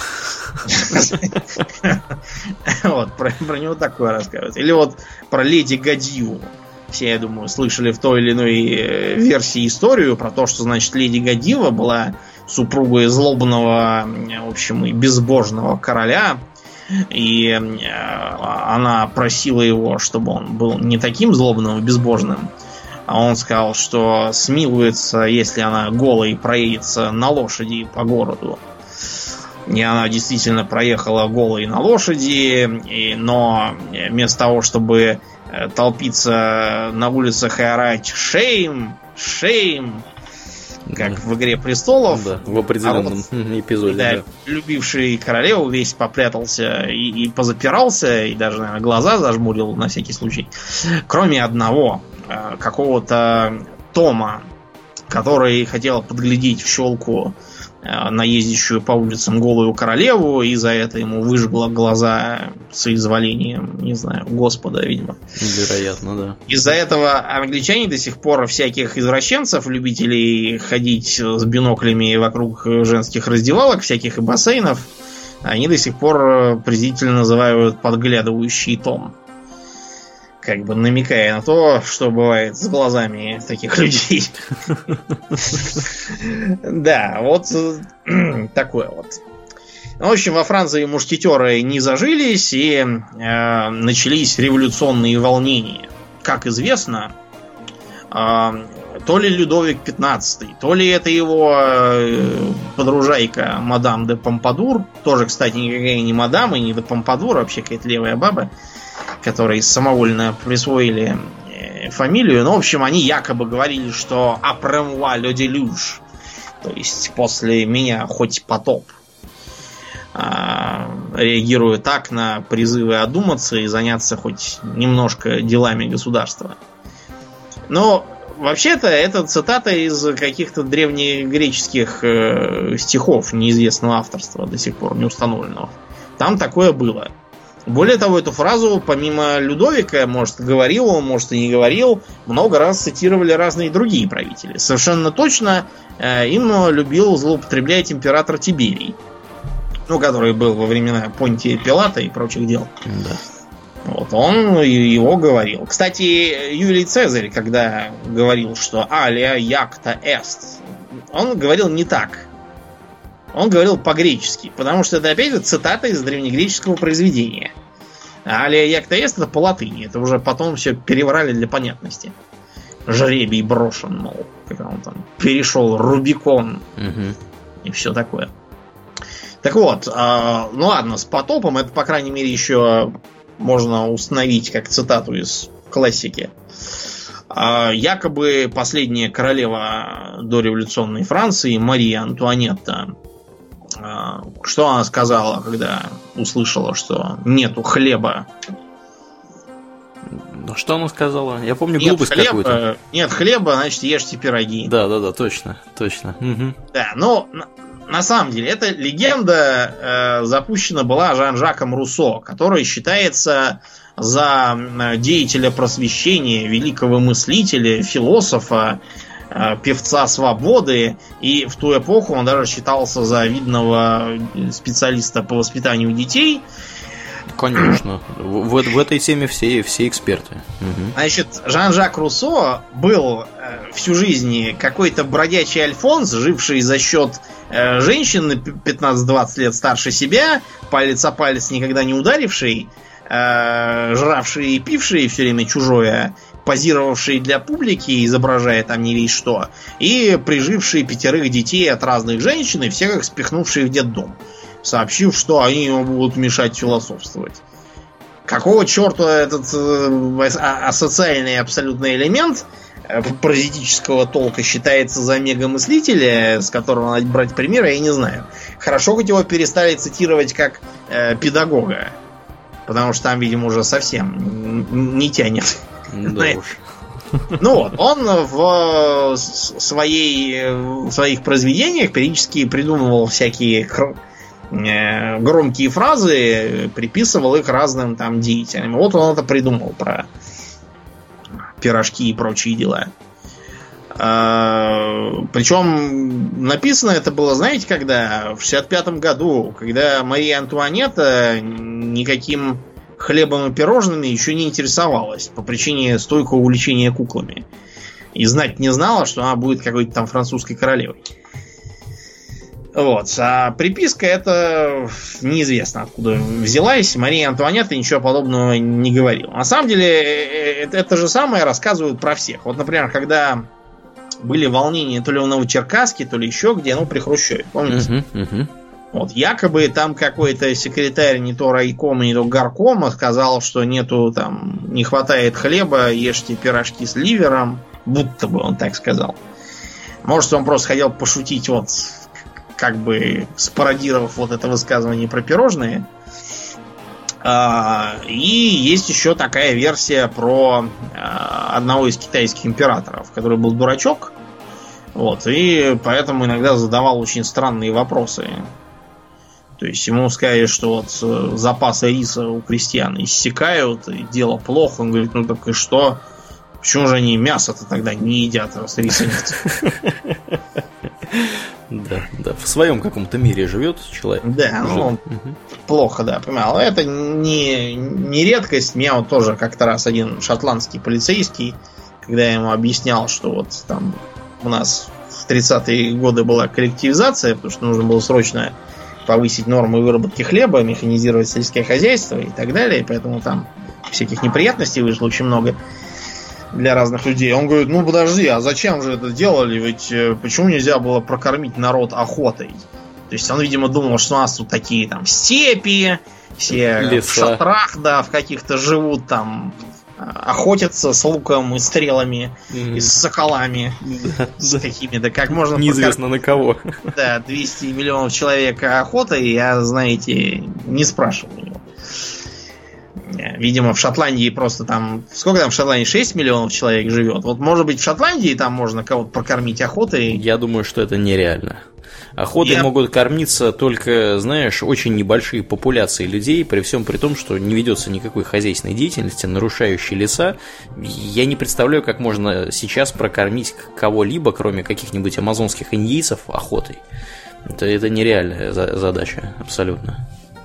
Вот, про него такое рассказывают. Или вот про леди Гадью. Все, я думаю, слышали в той или иной версии историю про то, что, значит, леди Гадива была супругой злобного, в общем, и безбожного короля. И она просила его, чтобы он был не таким злобным и безбожным. А он сказал, что смилуется, если она голой проедется на лошади по городу. И она действительно проехала голой на лошади, но вместо того, чтобы толпиться на улицах и орать «Шейм! Шейм!», как в «Игре престолов», да, в определенном эпизоде. Да, любивший королеву весь попрятался и позапирался, и даже, наверное, глаза зажмурил на всякий случай. Кроме одного, какого-то Тома, который хотел подглядеть в щелку наездящую по улицам голую королеву, и за это ему выжгло глаза соизволением, не знаю, Господа, видимо. Вероятно, да. Из-за этого англичане до сих пор всяких извращенцев, любителей ходить с биноклями вокруг женских раздевалок, всяких и бассейнов, они до сих пор презрительно называют подглядывающий Том. Как бы намекая на то, что бывает с глазами таких людей. Да, вот такое вот. В общем, во Франции мушкетеры не зажились, и начались революционные волнения. Как известно, то ли Людовик XV, то ли это его подружайка мадам де Помпадур, тоже, кстати, никакая не мадам и не де Помпадур, вообще какая-то левая баба, которые самовольно присвоили фамилию. Ну, в общем, они якобы говорили, что «après moi le déluge», то есть «после меня хоть потоп», реагируя так на призывы одуматься и заняться хоть немножко делами государства. Но вообще-то это цитата из каких-то древнегреческих стихов неизвестного авторства, до сих пор не установленного. Там такое было. Более того, эту фразу, помимо Людовика, может, говорил он, может, и не говорил, много раз цитировали разные другие правители. Совершенно точно им любил злоупотреблять император Тиберий, который был во времена Понтия Пилата и прочих дел. Да. Вот, он его говорил. Кстати, Юлий Цезарь, когда говорил, что «Alia jacta est», он говорил не так. Он говорил по-гречески, потому что это опять же цитата из древнегреческого произведения. А «Alia jacta est» это по латыни. Это уже потом все переврали для понятности. Жребий брошен, мол, когда он там перешел Рубикон и все такое. Так вот, ну ладно, с потопом это, по крайней мере, еще можно установить как цитату из классики. Якобы последняя королева дореволюционной Франции, Мария Антуанетта, что она сказала, когда услышала, что нету хлеба? Ну, что она сказала? Я помню глупость какую-то. Нет хлеба, значит, ешьте пироги. Да, точно. Угу. Да, но на самом деле эта легенда запущена была Жан-Жаком Руссо, который считается за деятеля просвещения, великого мыслителя, философа, певца свободы, и в ту эпоху он даже считался за видного специалиста по воспитанию детей. Конечно. В этой теме все эксперты. Угу. Значит, Жан-Жак Руссо был всю жизнь какой-то бродячий альфонс, живший за счет женщин 15-20 лет старше себя, палец о палец никогда не ударивший, жравший и пивший все время чужое, позировавший для публики, изображая там не весь что, и приживший 5 детей от разных женщин, и всех их спихнувший в детдом, сообщив, что они ему будут мешать философствовать. Какого черта этот асоциальный абсолютный элемент паразитического толка считается за мегамыслителя, с которого надо брать пример, я не знаю. Хорошо, хоть его перестали цитировать как педагога, потому что там, видимо, уже совсем не тянет. Да уж. Ну вот, он в своих произведениях периодически придумывал всякие громкие фразы, приписывал их разным там деятелям. Вот он это придумал про пирожки и прочие дела. Причем написано это было, знаете, когда? В 65-м году, когда Мария Антуанетта никаким хлебом и пирожными еще не интересовалась по причине стойкого увлечения куклами. И знать не знала, что она будет какой-то там французской королевой. Вот. А приписка это неизвестно откуда взялась. Мария Антуанетта ничего подобного не говорила. На самом деле, это же самое рассказывают про всех. Вот, например, когда были волнения то ли в Новочеркасске, то ли еще где, при Хрущеве, помните? Вот, якобы там какой-то секретарь не то райкома, не то горкома сказал, что нету там, не хватает хлеба, ешьте пирожки с ливером. Будто бы он так сказал. Может, он просто хотел пошутить, вот, как бы спародировав вот это высказывание про пирожные. И есть еще такая версия про одного из китайских императоров, который был дурачок, Вот, и поэтому иногда задавал очень странные вопросы. То есть ему сказали, что вот запасы риса у крестьян иссякают, и дело плохо. Он говорит, ну так и что? Почему же они мясо-то тогда не едят, раз риса нет? Да, да, в своем каком-то мире живет человек. Да, ну, плохо, да, понимал. Это не редкость. Меня вот тоже как-то раз один шотландский полицейский, когда я ему объяснял, что вот там у нас в 30-е годы была коллективизация, потому что нужно было срочно повысить нормы выработки хлеба, механизировать сельское хозяйство и так далее, поэтому там всяких неприятностей вышло очень много для разных людей. Он говорит, ну подожди, а зачем же это делали? Ведь почему нельзя было прокормить народ охотой? То есть он, видимо, думал, что у нас тут такие там степи, все леса. В шатрах, да, в каких-то живут там, охотятся с луком и стрелами, и с соколами, с какими-то, как можно... Неизвестно на кого. Да, 200 миллионов человек охотой, я, знаете, не спрашивал его. Видимо, в Шотландии просто там... Сколько там в Шотландии? 6 миллионов человек живет. Вот, может быть, в Шотландии там можно кого-то прокормить охотой? Я думаю, что это нереально. Охотой могут кормиться только, знаешь, очень небольшие популяции людей, при всем при том, что не ведется никакой хозяйственной деятельности, нарушающей леса. Я не представляю, как можно сейчас прокормить кого-либо, кроме каких-нибудь амазонских индейцев, охотой. Это нереальная задача, абсолютно.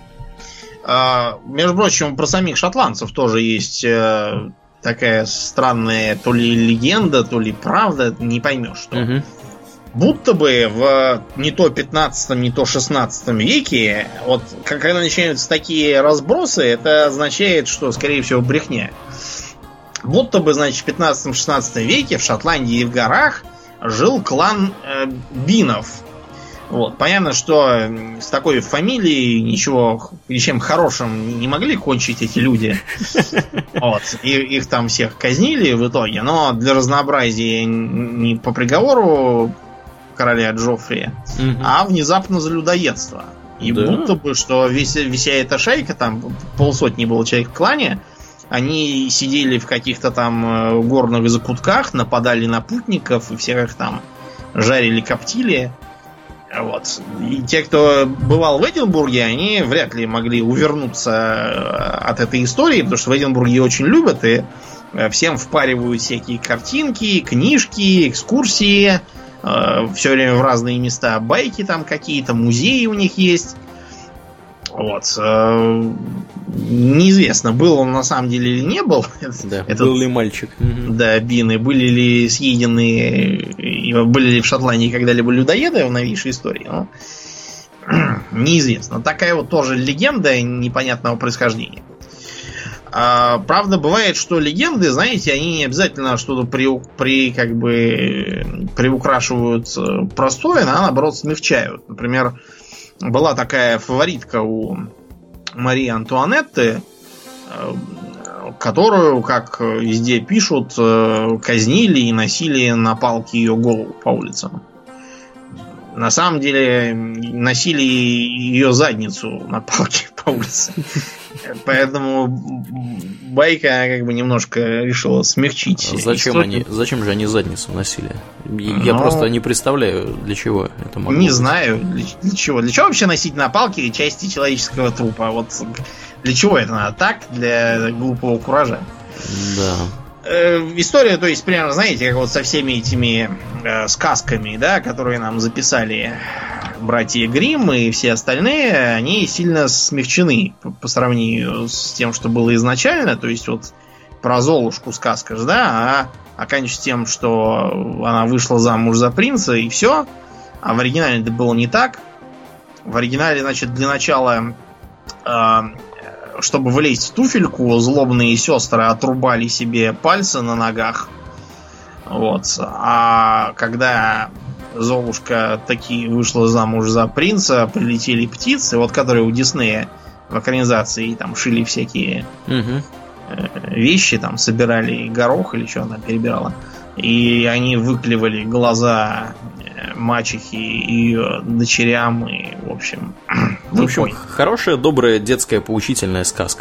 Между прочим, про самих шотландцев тоже есть такая странная то ли легенда, то ли правда, не поймешь что. Будто бы в не то 15, не то 16 веке, вот когда начинаются такие разбросы, это означает, что, скорее всего, брехня. Будто бы, значит, в 15-16 веке в Шотландии в горах жил клан Бинов. Вот. Понятно, что с такой фамилией ничем хорошим не могли кончить эти люди. Вот. И их там всех казнили в итоге, но для разнообразия не по приговору короля Джоффри, а внезапно за людоедство. И будто бы, что вся эта шайка, там полсотни было человек в клане, они сидели в каких-то там горных закутках, нападали на путников и всех их там жарили, коптили. Вот. И те, кто бывал в Эдинбурге, они вряд ли могли увернуться от этой истории, потому что в Эдинбурге очень любят и всем впаривают всякие картинки, книжки, экскурсии, все время в разные места, байки там какие-то, музеи у них есть. Вот. Неизвестно, был он на самом деле или не был. Да, был ли мальчик. Да, Бины. Были ли съедены, были ли в Шотландии когда-либо людоеды в новейшей истории. Но неизвестно. Такая вот тоже легенда непонятного происхождения. Правда, бывает, что легенды, знаете, они не обязательно что-то приукрашивают простое, а наоборот смягчают. Например, была такая фаворитка у Марии Антуанетты, которую, как везде пишут, казнили и носили на палке ее голову по улицам. На самом деле носили ее задницу на палке по улице. Поэтому байка как бы немножко решила смягчить. Зачем же они задницу носили? Я просто не представляю, для чего это могло быть. Не знаю, для чего. Для чего вообще носить на палке части человеческого трупа? Вот для чего это надо? Так, для глупого куража. Да. История, то есть, примерно, знаете, как вот со всеми этими сказками, да, которые нам записали братья Гримм и все остальные, они сильно смягчены по сравнению с тем, что было изначально. То есть, вот про Золушку сказка же, да, а оканчивается тем, что она вышла замуж за принца и все. А в оригинале это было не так. В оригинале, значит, для начала... чтобы влезть в туфельку, злобные сестры отрубали себе пальцы на ногах. Вот. А когда Золушка таки вышла замуж за принца, прилетели птицы, вот которые у Диснея в экранизации там шили всякие вещи, там собирали горох или что она перебирала. И они выклевали глаза мачехи и ее дочерям, и, в общем, хорошая, добрая, детская, поучительная сказка.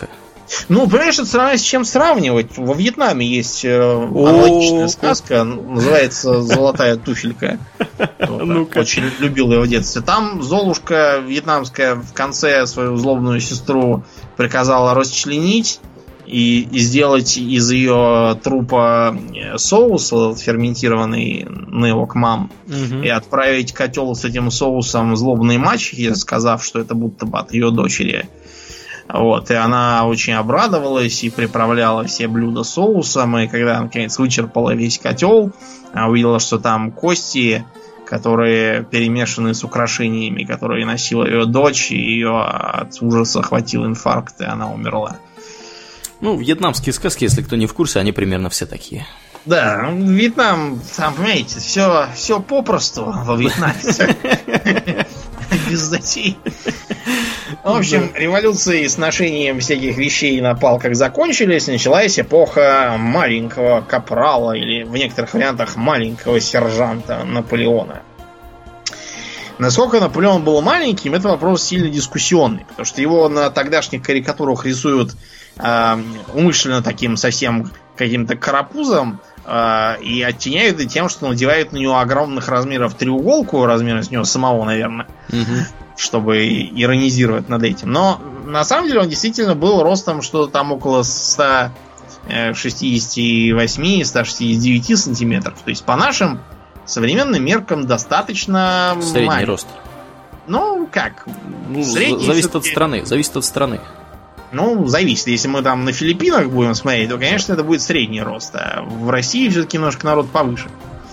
Ну, понимаешь, это с чем сравнивать. Во Вьетнаме есть аналогичная сказка, называется «Золотая туфелька». Очень любил ее в детстве. Там Золушка вьетнамская в конце свою злобную сестру приказала расчленить и сделать из ее трупа соус ферментированный Неок Мам, и отправить котел с этим соусом злобной мачехе, сказав, что это будто бы от ее дочери. Вот, и она очень обрадовалась и приправляла все блюда соусом, и когда, наконец, вычерпала весь котел, она увидела, что там кости, которые перемешаны с украшениями, которые носила ее дочь, и ее от ужаса хватил инфаркт, и она умерла. Ну, вьетнамские сказки, если кто не в курсе, они примерно все такие. Да, Вьетнам, там, понимаете, все попросту во Вьетнаме. Без затей. В общем, революции с ношением всяких вещей на палках закончились. Началась эпоха маленького капрала, или в некоторых вариантах маленького сержанта Наполеона. Насколько Наполеон был маленьким, это вопрос сильно дискуссионный, потому что его на тогдашних карикатурах рисуют умышленно таким совсем каким-то карапузом и оттеняют и тем, что надевают на него огромных размеров треуголку, размером с него самого, наверное, чтобы иронизировать над этим. Но на самом деле он действительно был ростом что-то там около 168-169 сантиметров. То есть по нашим современным меркам достаточно средний маленький рост. Ну, как? Средний зависит от страны. Зависит от страны. Ну, зависит. Если мы там на Филиппинах будем смотреть, то, конечно, это будет средний рост. А в России все-таки немножко народ повыше.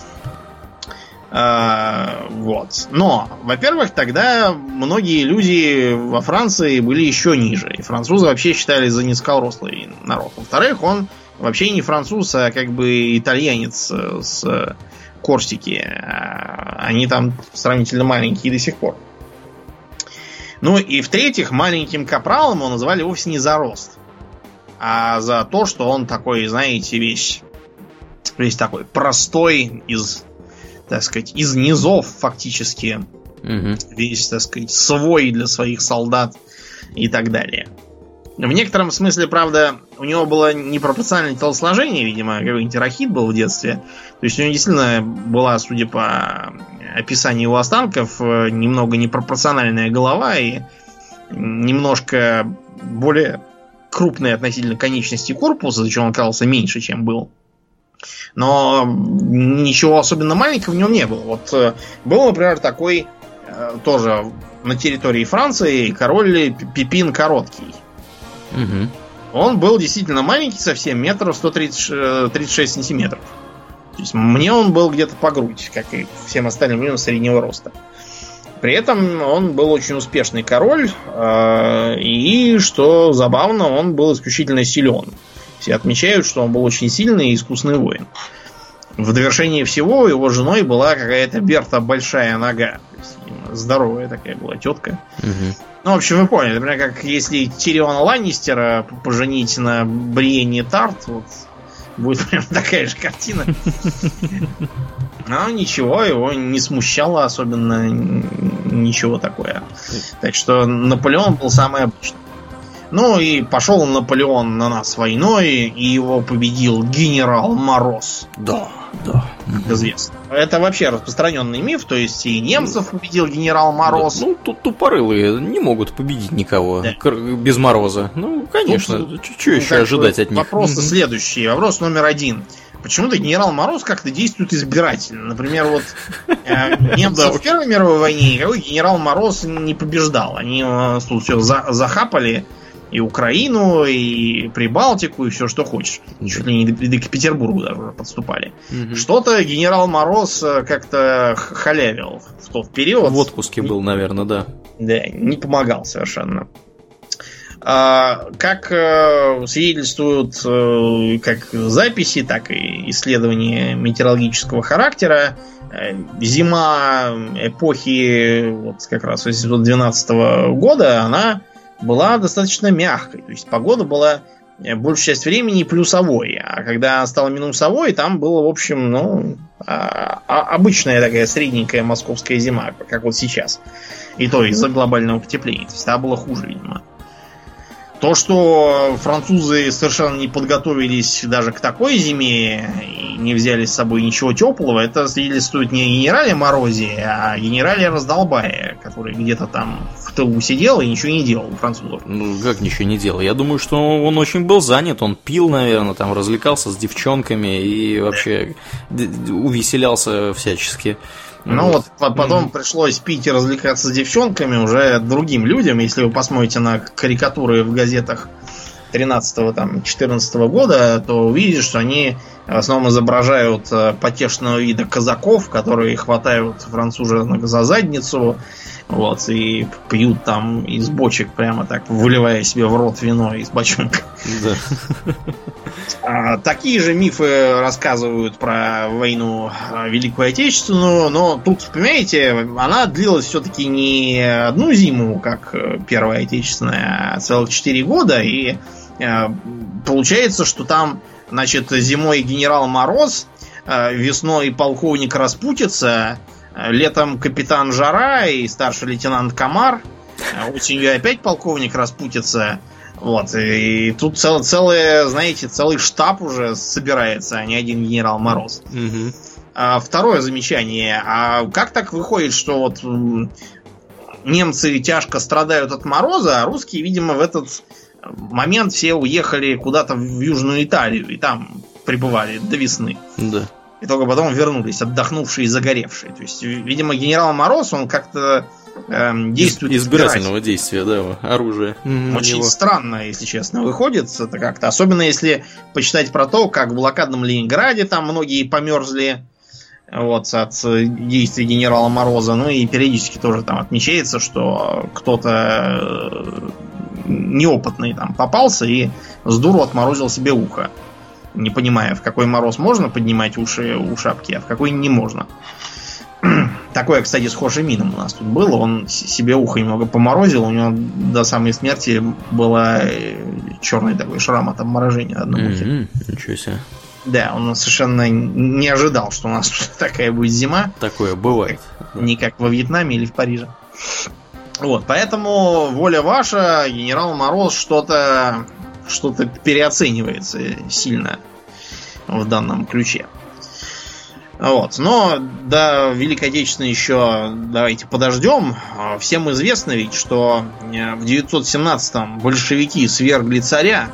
Вот. Но, во-первых, тогда многие люди во Франции были еще ниже. И французы вообще считались за низкорослый народ. Во-вторых, он вообще не француз, а как бы итальянец с Корсики. Они там сравнительно маленькие до сих пор. Ну и в-третьих, маленьким капралом его называли вовсе не за рост, а за то, что он такой, знаете, весь такой простой из, так сказать, из низов фактически. Весь, так сказать, свой для своих солдат и так далее. В некотором смысле, правда, у него было непропорциональное телосложение, видимо, какой-нибудь рахит был в детстве. То есть у него действительно была, судя по описанию его останков, немного непропорциональная голова и немножко более крупные относительно конечности корпуса, за что он казался меньше, чем был. Но ничего особенно маленького в нем не было. Вот был, например, такой тоже на территории Франции король Пипин Короткий. Он был действительно маленький совсем, метров 136 сантиметров. То есть мне он был где-то по грудь, как и всем остальным людям среднего роста. При этом он был очень успешный король, и, что забавно, он был исключительно силен. Все отмечают, что он был очень сильный и искусный воин. В довершение всего его женой была какая-то Берта Большая Нога. То есть, здоровая такая была тетка. Ну, в общем, вы поняли, например, как если Тириона Ланнистера поженить на Бриенне Тарт, вот, будет прям такая же картина. Но ничего, его не смущало особенно ничего такое. Так что Наполеон был самый обычный. Ну и пошел Наполеон на нас войной, и его победил генерал Мороз. Да. Известно. Это вообще распространенный миф, то есть и немцев победил генерал Мороз. Да, ну, тут тупорылые не могут победить никого без Мороза. Ну, конечно, что еще ожидать от них? Вопросы следующие. Вопрос номер 1. Почему-то генерал Мороз как-то действует избирательно. Например, вот немцы в Первой мировой войне никакой генерал Мороз не побеждал. Они тут все захапали. И Украину, и Прибалтику, и все, что хочешь. Чуть ли не до к Петербургу даже уже подступали. Что-то генерал Мороз как-то халявил в тот период. В отпуске был, наверное, да. Да, не помогал совершенно. Как свидетельствуют как записи, так и исследования метеорологического характера, зима эпохи вот как раз 1812 года, она была достаточно мягкой. То есть погода была большую часть времени плюсовой. А когда стала минусовой, там было, в общем, обычная такая средненькая московская зима, как вот сейчас. И то из-за глобального потепления. То есть там было хуже, видимо. То, что французы совершенно не подготовились даже к такой зиме и не взяли с собой ничего теплого, это свидетельствует не о генерале Морозе, а о генерале Раздолбае, который где-то там в тылу сидел и ничего не делал у французов. Ну, как ничего не делал? Я думаю, что он очень был занят, он пил, наверное, там развлекался с девчонками и вообще увеселялся всячески. Ну вот потом пришлось пить и развлекаться с девчонками уже другим людям. Если вы посмотрите на карикатуры в газетах 13-14 года, то увидите, что они в основном изображают потешного вида казаков, которые хватают француженок за задницу, вот, и пьют там из бочек, прямо так, выливая себе в рот вино из бочонка. Да. Такие же мифы рассказывают про войну Великую Отечественную, но тут, понимаете, она длилась все-таки не одну зиму, как Первая Отечественная, а целых 4 года, и получается, что там, значит, зимой генерал Мороз, весной полковник Распутица, летом капитан Жара и старший лейтенант Комар, осенью опять полковник Распутица. Вот, и тут целый, знаете, целый штаб уже собирается, а не один генерал Мороз. Второе замечание. А как так выходит, что вот немцы тяжко страдают от мороза, а русские, видимо, в этот момент все уехали куда-то в Южную Италию и там пребывали до весны. Да. И только потом вернулись, отдохнувшие и загоревшие. То есть, видимо, генерал Мороз, он как-то действует избирательного действия, да, оружия. Очень странно, если честно, выходит это как-то. Особенно если почитать про то, как в блокадном Ленинграде там многие померзли вот, от действий генерала Мороза. Ну и периодически тоже там отмечается, что кто-то неопытный там попался и с дуру отморозил себе ухо. Не понимая, в какой мороз можно поднимать уши у шапки, а в какой не можно. Такое, кстати, с Хо Ши Мином у нас тут было. Он себе ухо немного поморозил. У него до самой смерти было черный такой шрам от обморожения на одном ухе. Ничего себе. Да, он совершенно не ожидал, что у нас такая будет зима. Такое бывает. Не как во Вьетнаме или в Париже. Вот, поэтому воля ваша, генерал Мороз что-то переоценивается сильно в данном ключе. Вот. Но до Великой Отечественной еще давайте подождем. Всем известно ведь, что в 917-м большевики свергли царя.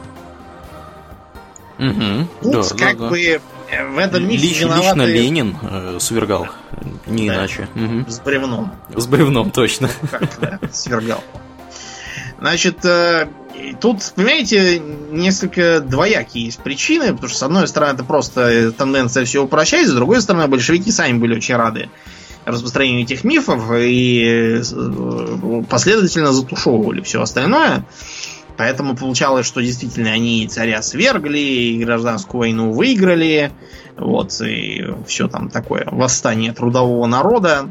Тут бы в этом мифе лично Ленин свергал, не иначе. С бревном. С бревном, точно. Свергал. Значит, тут, понимаете, несколько двоякие есть причины, потому что, с одной стороны, это просто тенденция все упрощать, с другой стороны, большевики сами были очень рады распространению этих мифов и последовательно затушевывали все остальное. Поэтому получалось, что действительно они царя свергли, и гражданскую войну выиграли, вот, и все там такое, восстание трудового народа.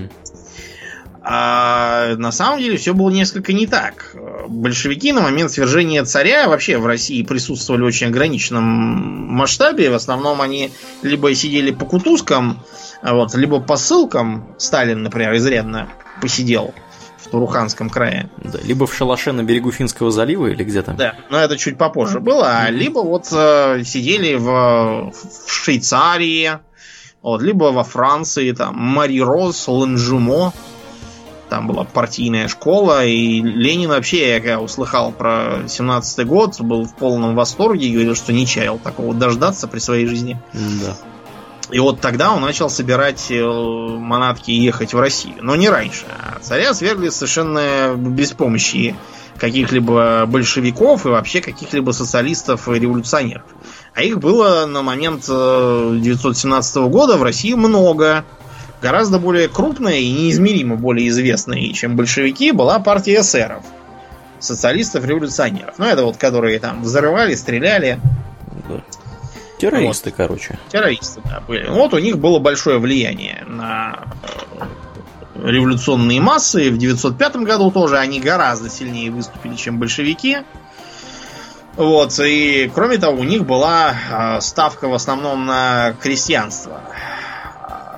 А на самом деле все было несколько не так. Большевики на момент свержения царя вообще в России присутствовали в очень ограниченном масштабе. В основном они либо сидели по кутузкам, вот, либо по ссылкам. Сталин, например, изрядно посидел в Туруханском крае. Да, либо в шалаше на берегу Финского залива или где-то. Да, но это чуть попозже было. Либо вот сидели в Швейцарии, вот, либо во Франции, там, Мари-Роз, Ланжумо. Там была партийная школа, и Ленин вообще, я когда услыхал про 17-й год, был в полном восторге и говорил, что не чаял такого дождаться при своей жизни. Да. И вот тогда он начал собирать манатки и ехать в Россию. Но не раньше. Царя свергли совершенно без помощи каких-либо большевиков и вообще каких-либо социалистов и революционеров. А их было на момент 1917 года в России много. Гораздо более крупная и неизмеримо более известная, чем большевики, была партия эсеров. Социалистов-революционеров. Ну, это вот, которые там взрывали, стреляли. Да. Террористы, вот. Короче. Террористы, да, были. Вот у них было большое влияние на революционные массы. В 1905 году тоже они гораздо сильнее выступили, чем большевики. Вот, и кроме того, у них была ставка в основном на крестьянство.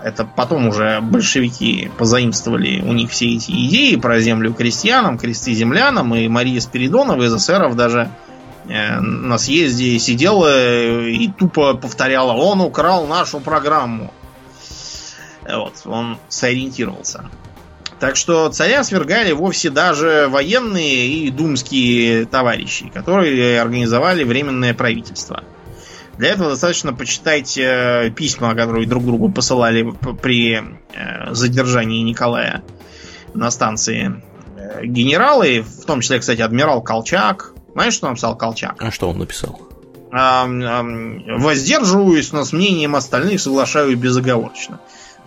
Это потом уже большевики позаимствовали у них все эти идеи про землю крестьянам, кресты землянам, и Мария Спиридонова из эсеров даже на съезде сидела и тупо повторяла: он украл нашу программу. Вот, он сориентировался. Так что царя свергали вовсе даже военные и думские товарищи, которые организовали временное правительство. Для этого достаточно почитать письма, которые друг другу посылали при задержании Николая на станции генералы, в том числе, кстати, адмирал Колчак. Знаешь, что написал Колчак? А что он написал? Воздерживаюсь, но с мнением остальных соглашаюсь безоговорочно.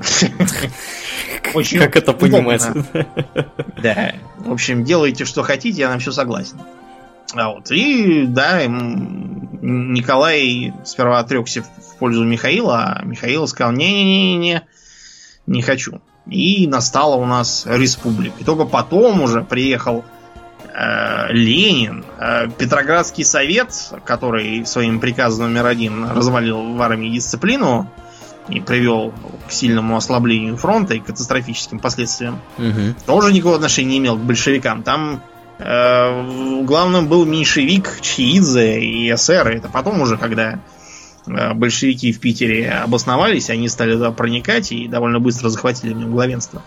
Очень как это понимать? Да. В общем, делайте, что хотите, я на все согласен. И да, Николай сперва отрекся в пользу Михаила, а Михаил сказал: не хочу. И настала у нас республика. И только потом уже приехал Ленин. Петроградский совет, который своим приказом номер 1 развалил в армии дисциплину и привел к сильному ослаблению фронта и катастрофическим последствиям, тоже никакого отношения не имел к большевикам. Там главным был меньшевик Чхеидзе и эсеры. Это потом уже, когда большевики в Питере обосновались, они стали туда проникать и довольно быстро захватили в нем главенство.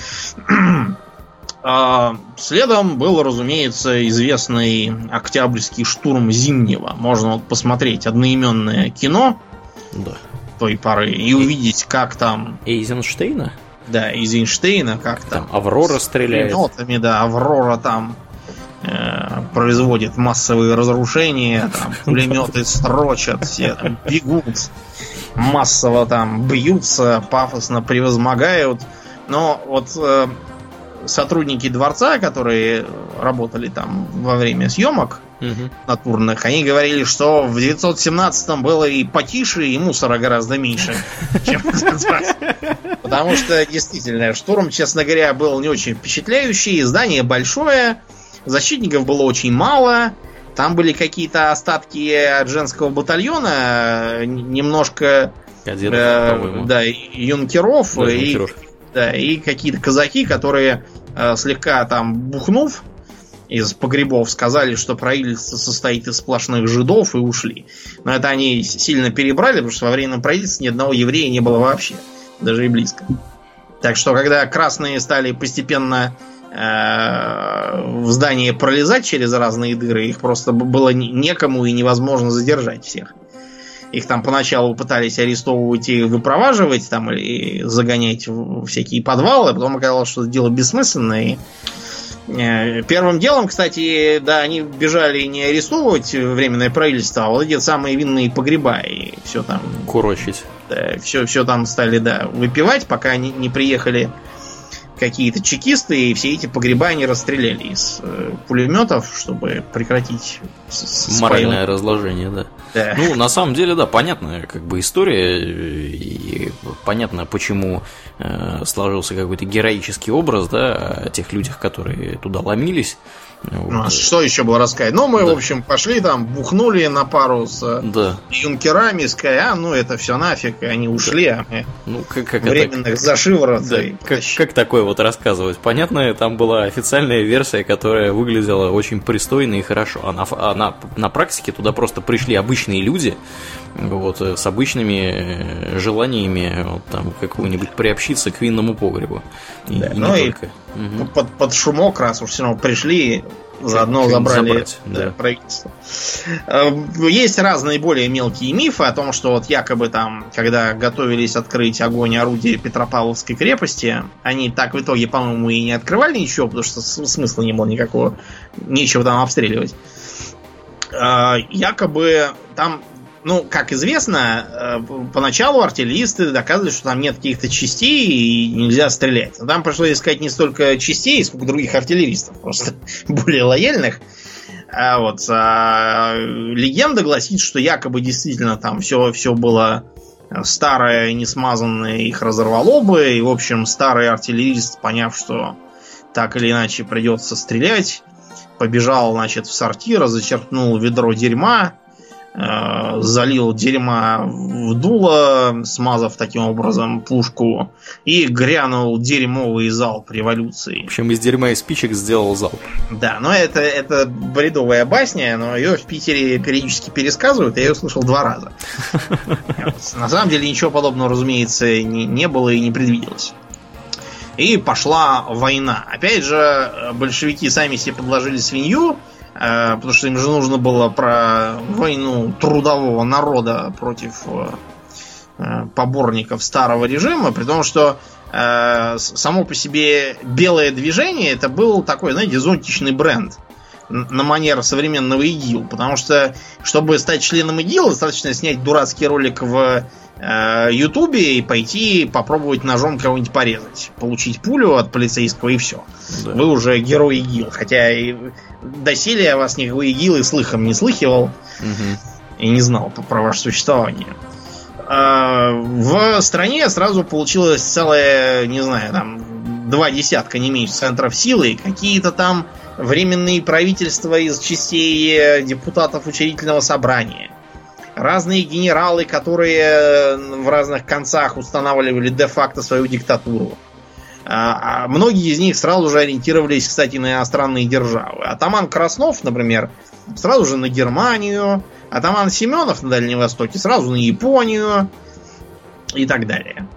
Следом был, разумеется, известный Октябрьский штурм Зимнего. Можно вот посмотреть одноименное кино той поры и увидеть, как там... Эйзенштейна? Да, Эйзенштейна, как там Аврора стреляет. Пулеметами, да, Аврора там производит массовые разрушения, там пулеметы строчат, все там бегут, массово там бьются, пафосно превозмогают. Но вот сотрудники дворца, которые работали там во время съемок натурных, они говорили, что в 917-м было и потише, и мусора гораздо меньше, чем в этот раз. Потому что, действительно, штурм, честно говоря, был не очень впечатляющий. Здание большое, защитников было очень мало. Там были какие-то остатки от женского батальона, немножко юнкеров и какие-то казаки, которые, слегка там бухнув из погребов, сказали, что правительство состоит из сплошных жидов, и ушли. Но это они сильно перебрали, потому что во временном правительстве ни одного еврея не было вообще. Даже и близко. Так что, когда красные стали постепенно в здание пролезать через разные дыры, их просто было некому и невозможно задержать всех. Их там поначалу пытались арестовывать и выпроваживать, там, или загонять в всякие подвалы, а потом оказалось, что это дело бессмысленное. И первым делом, кстати, да, они бежали не арестовывать временное правительство, а вот эти самые винные погреба и все там... Курочить. Да, все там стали, да, выпивать, пока не приехали какие-то чекисты, и все эти погреба они расстреляли из пулеметов, чтобы прекратить моральное разложение, да. Ну, на самом деле, да, понятная как бы история, и понятно, почему сложился какой-то героический образ, да, о тех людях, которые туда ломились. Вот. Что еще было рассказать? Ну, мы, в общем, пошли там, бухнули на пару с юнкерами, сказали, это все нафиг, и они ушли, а мы временных за шиворот. Да, как такое вот рассказывать? Понятно, там была официальная версия, которая выглядела очень пристойно и хорошо, а на практике туда просто пришли обычные люди, вот, с обычными желаниями вот, там какого-нибудь приобщиться к винному погребу. И под шумок, раз уж все равно пришли, заодно забрали правительство. Есть разные более мелкие мифы о том, что вот якобы там, когда готовились открыть огонь орудия Петропавловской крепости, они так в итоге, по-моему, и не открывали ничего, потому что смысла не было никакого, нечего там обстреливать. Якобы там, как известно, поначалу артиллеристы доказывали, что там нет каких-то частей и нельзя стрелять. Но там пришлось искать не столько частей, сколько других артиллеристов, просто более лояльных. Легенда гласит, что якобы действительно там все было старое, несмазанное, их разорвало бы. И, в общем, старый артиллерист, поняв, что так или иначе придется стрелять, побежал, в сортир, зачерпнул ведро дерьма, залил дерьма в дуло, смазав таким образом пушку, и грянул дерьмовый залп революции. В общем, из дерьма и спичек сделал залп. Да, но это бредовая басня, но ее в Питере периодически пересказывают, я ее слышал 2 раза. На самом деле ничего подобного, разумеется, не было и не предвиделось. И пошла война. Опять же, большевики сами себе подложили свинью, потому что им же нужно было про войну трудового народа против поборников старого режима, при том, что само по себе белое движение это был такой, знаете, зонтичный бренд на манер современного ИГИЛ, потому что, чтобы стать членом ИГИЛ, достаточно снять дурацкий ролик в Ютубе и пойти попробовать ножом кого-нибудь порезать, получить пулю от полицейского и все. Да. Вы уже герой ИГИЛ, хотя и доселе я вас никакой ИГИЛ и слыхом не слыхивал и не знал про ваше существование. В стране сразу получилось целое, не знаю, там 2 десятка не меньше центров силы, какие-то там временные правительства из частей депутатов учредительного собрания, разные генералы, которые в разных концах устанавливали де-факто свою диктатуру. Многие из них сразу же ориентировались, кстати, на иностранные державы. Атаман Краснов, например, сразу же на Германию, атаман Семенов на Дальнем Востоке сразу на Японию и так далее.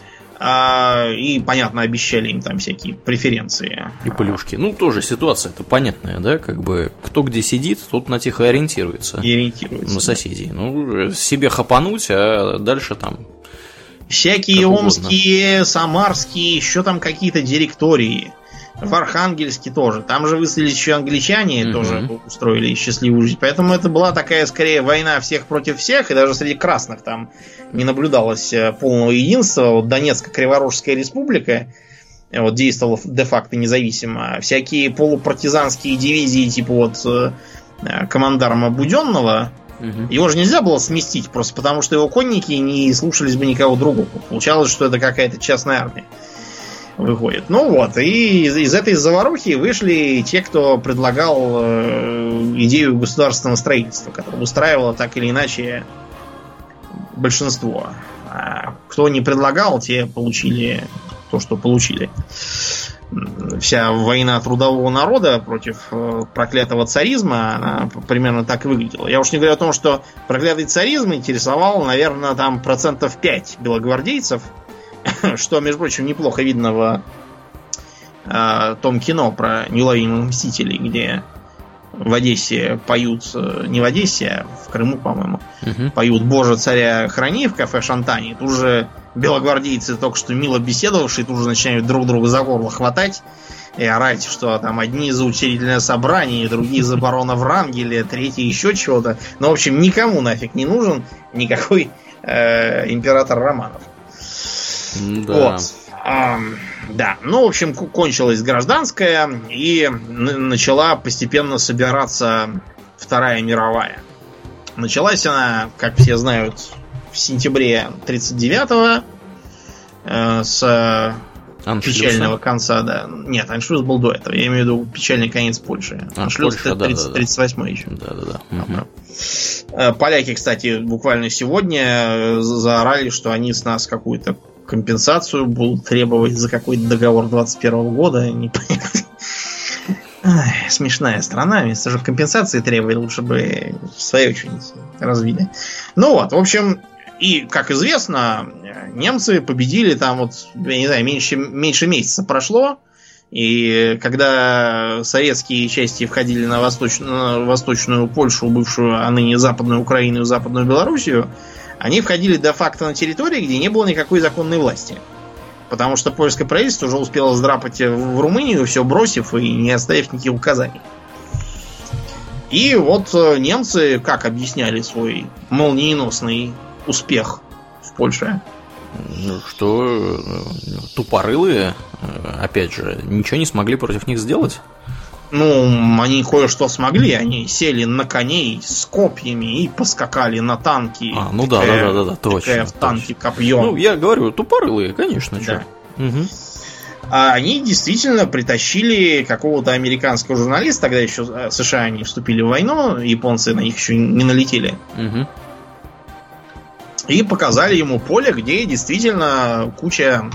И, понятно, обещали им там всякие преференции. И плюшки. Ну, тоже ситуация-то понятная, да? Как бы кто где сидит, тот на тех и ориентируется. И ориентируется. На соседей. Ну, себе хапануть, а дальше там... Всякие омские, самарские, еще там какие-то директории. В Архангельске тоже. Там же выселились еще англичане, тоже устроили счастливую жизнь. Поэтому это была такая, скорее, война всех против всех. И даже среди красных там не наблюдалось полного единства. Вот Донецко-Криворожская республика вот, действовала де-факто независимо. Всякие полупартизанские дивизии, типа вот командарма Буденного, его же нельзя было сместить, просто потому что его конники не слушались бы никого другого. Получалось, что это какая-то частная армия выходит. Ну вот, и из этой заварухи вышли те, кто предлагал идею государственного строительства, которое устраивало так или иначе большинство. А кто не предлагал, те получили то, что получили. Вся война трудового народа против проклятого царизма, она примерно так и выглядела. Я уж не говорю о том, что проклятый царизм интересовал, наверное, там 5% белогвардейцев, что, между прочим, неплохо видно в том кино про неуловимых мстителей, где в Одессе поют, не в Одессе, а в Крыму, по-моему, поют «Боже, царя храни» в кафе «Шантани». Тут же белогвардейцы, только что мило беседовавшие, тут же начинают друг друга за горло хватать и орать, что там одни за учредительное собрание, другие за барона Врангеля, третьи еще чего-то. Ну, в общем, никому нафиг не нужен никакой император Романов. Да. Вот. Да, ну, в общем, кончилась гражданская, и начала постепенно собираться Вторая мировая. Началась она, как все знают, в сентябре 1939-го с печального конца, да. Нет, аншлюс был до этого. Я имею в виду печальный конец Польши. Аншлюс это 38-й еще. Да. Поляки, кстати, буквально сегодня заорали, что они с нас какую-то компенсацию будут требовать за какой-то договор 21 года. Смешная страна. Вместо же компенсации требовали, лучше бы свою что-нибудь развили. Ну вот, в общем, и, как известно, немцы победили там вот, я не знаю, меньше месяца прошло. И когда советские части входили на восточную Польшу, бывшую, а ныне Западную Украину и Западную Белоруссию, они входили де-факто на территории, где не было никакой законной власти. Потому что польское правительство уже успело сдрапать в Румынию, все бросив и не оставив никаких указаний. И вот немцы как объясняли свой молниеносный успех в Польше? Ну, что тупорылые, опять же, ничего не смогли против них сделать? Ну, они кое-что смогли. Они сели на коней с копьями и поскакали на танки. Ну да, точно. В танки копьем. Ну, я говорю, тупорылые, конечно. Да. А они действительно притащили какого-то американского журналиста, тогда еще США не вступили в войну, японцы на них еще не налетели. Угу. И показали ему поле, где действительно куча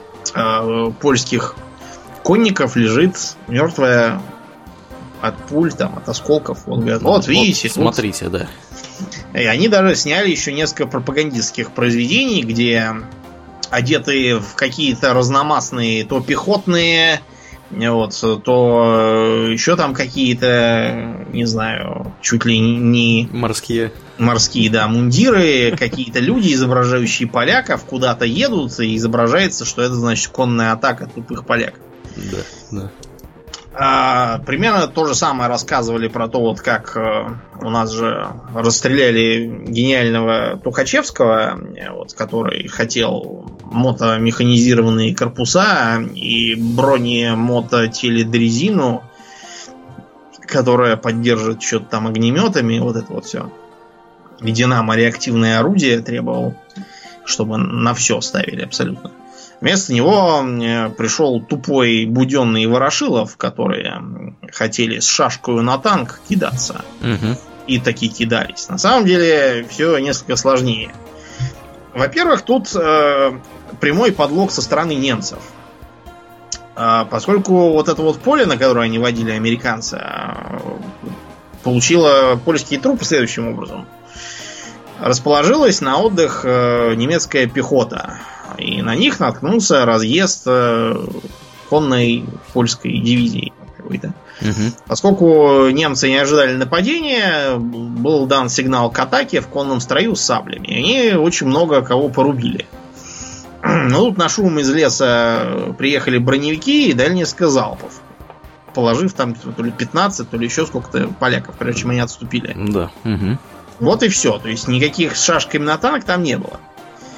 польских конников лежит мертвая от пуль, там, от осколков. Он говорит, вот видите. Вот, смотрите, да. И они даже сняли еще несколько пропагандистских произведений, где одетые в какие-то разномастные, то пехотные, вот, то еще там какие-то, не знаю, чуть ли не... Морские, да, мундиры, какие-то люди, изображающие поляков, куда-то едут, и изображается, что это, значит, конная атака тупых поляков. Да, да. Примерно то же самое рассказывали про то, вот как у нас же расстреляли гениального Тухачевского, вот, который хотел мотомеханизированные корпуса и бронемототеледрезину, которая поддерживает что-то там огнеметами, вот это вот все. И динамо-реактивное орудие требовал, чтобы на все ставили абсолютно. Вместо него пришел тупой буденный Ворошилов, которые хотели с шашкой на танк кидаться. Угу. И таки кидались. На самом деле все несколько сложнее. Во-первых, тут прямой подлог со стороны немцев. Поскольку вот это вот поле, на которое они водили американцы, получило польские трупы следующим образом. Расположилась на отдых немецкая пехота. И на них наткнулся разъезд конной польской дивизии какой-то. Угу. Поскольку немцы не ожидали нападения, был дан сигнал к атаке в конном строю с саблями. И они очень много кого порубили. Но тут на шум из леса приехали броневики и дали несколько залпов, положив там то ли 15, то ли еще сколько-то поляков, прежде чем они отступили. Да. Угу. Вот и все. То есть никаких с шашками на танк там не было.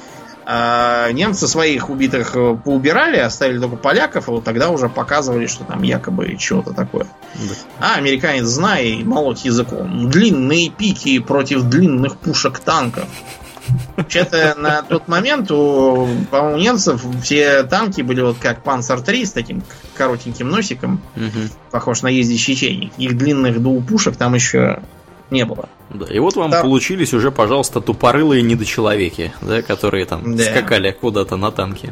Немцы своих убитых поубирали, оставили только поляков, и вот тогда уже показывали, что там якобы чего-то такое. Да. А американец, знай, молоть языком. Длинные пики против длинных пушек танков. Вообще-то на тот момент по-моему, немцев все танки были вот как Панцер-3 с таким коротеньким носиком, похож на ездящий чайник. Их длинных двухпушек там еще не было. Да, и вот вам получились уже, пожалуйста, тупорылые недочеловеки, да, которые там скакали куда-то на танке.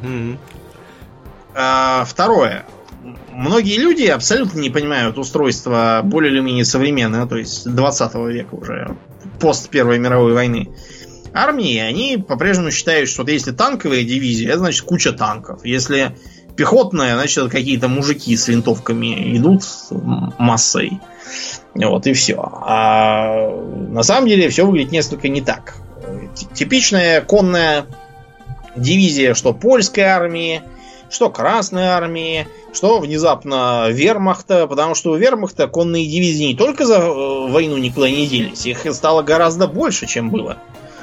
Второе. Многие люди абсолютно не понимают устройства более или менее современного, то есть 20 века уже, пост Первой мировой войны. Армии, они по-прежнему считают, что вот если танковая дивизия, это значит куча танков. Если пехотная, значит это какие-то мужики с винтовками идут массой. Вот и все. А на самом деле все выглядит несколько не так. Типичная конная дивизия, что польской армии, что Красной армии, что внезапно вермахта, потому что у вермахта конные дивизии не только за войну никуда не делись, их стало гораздо больше, чем было.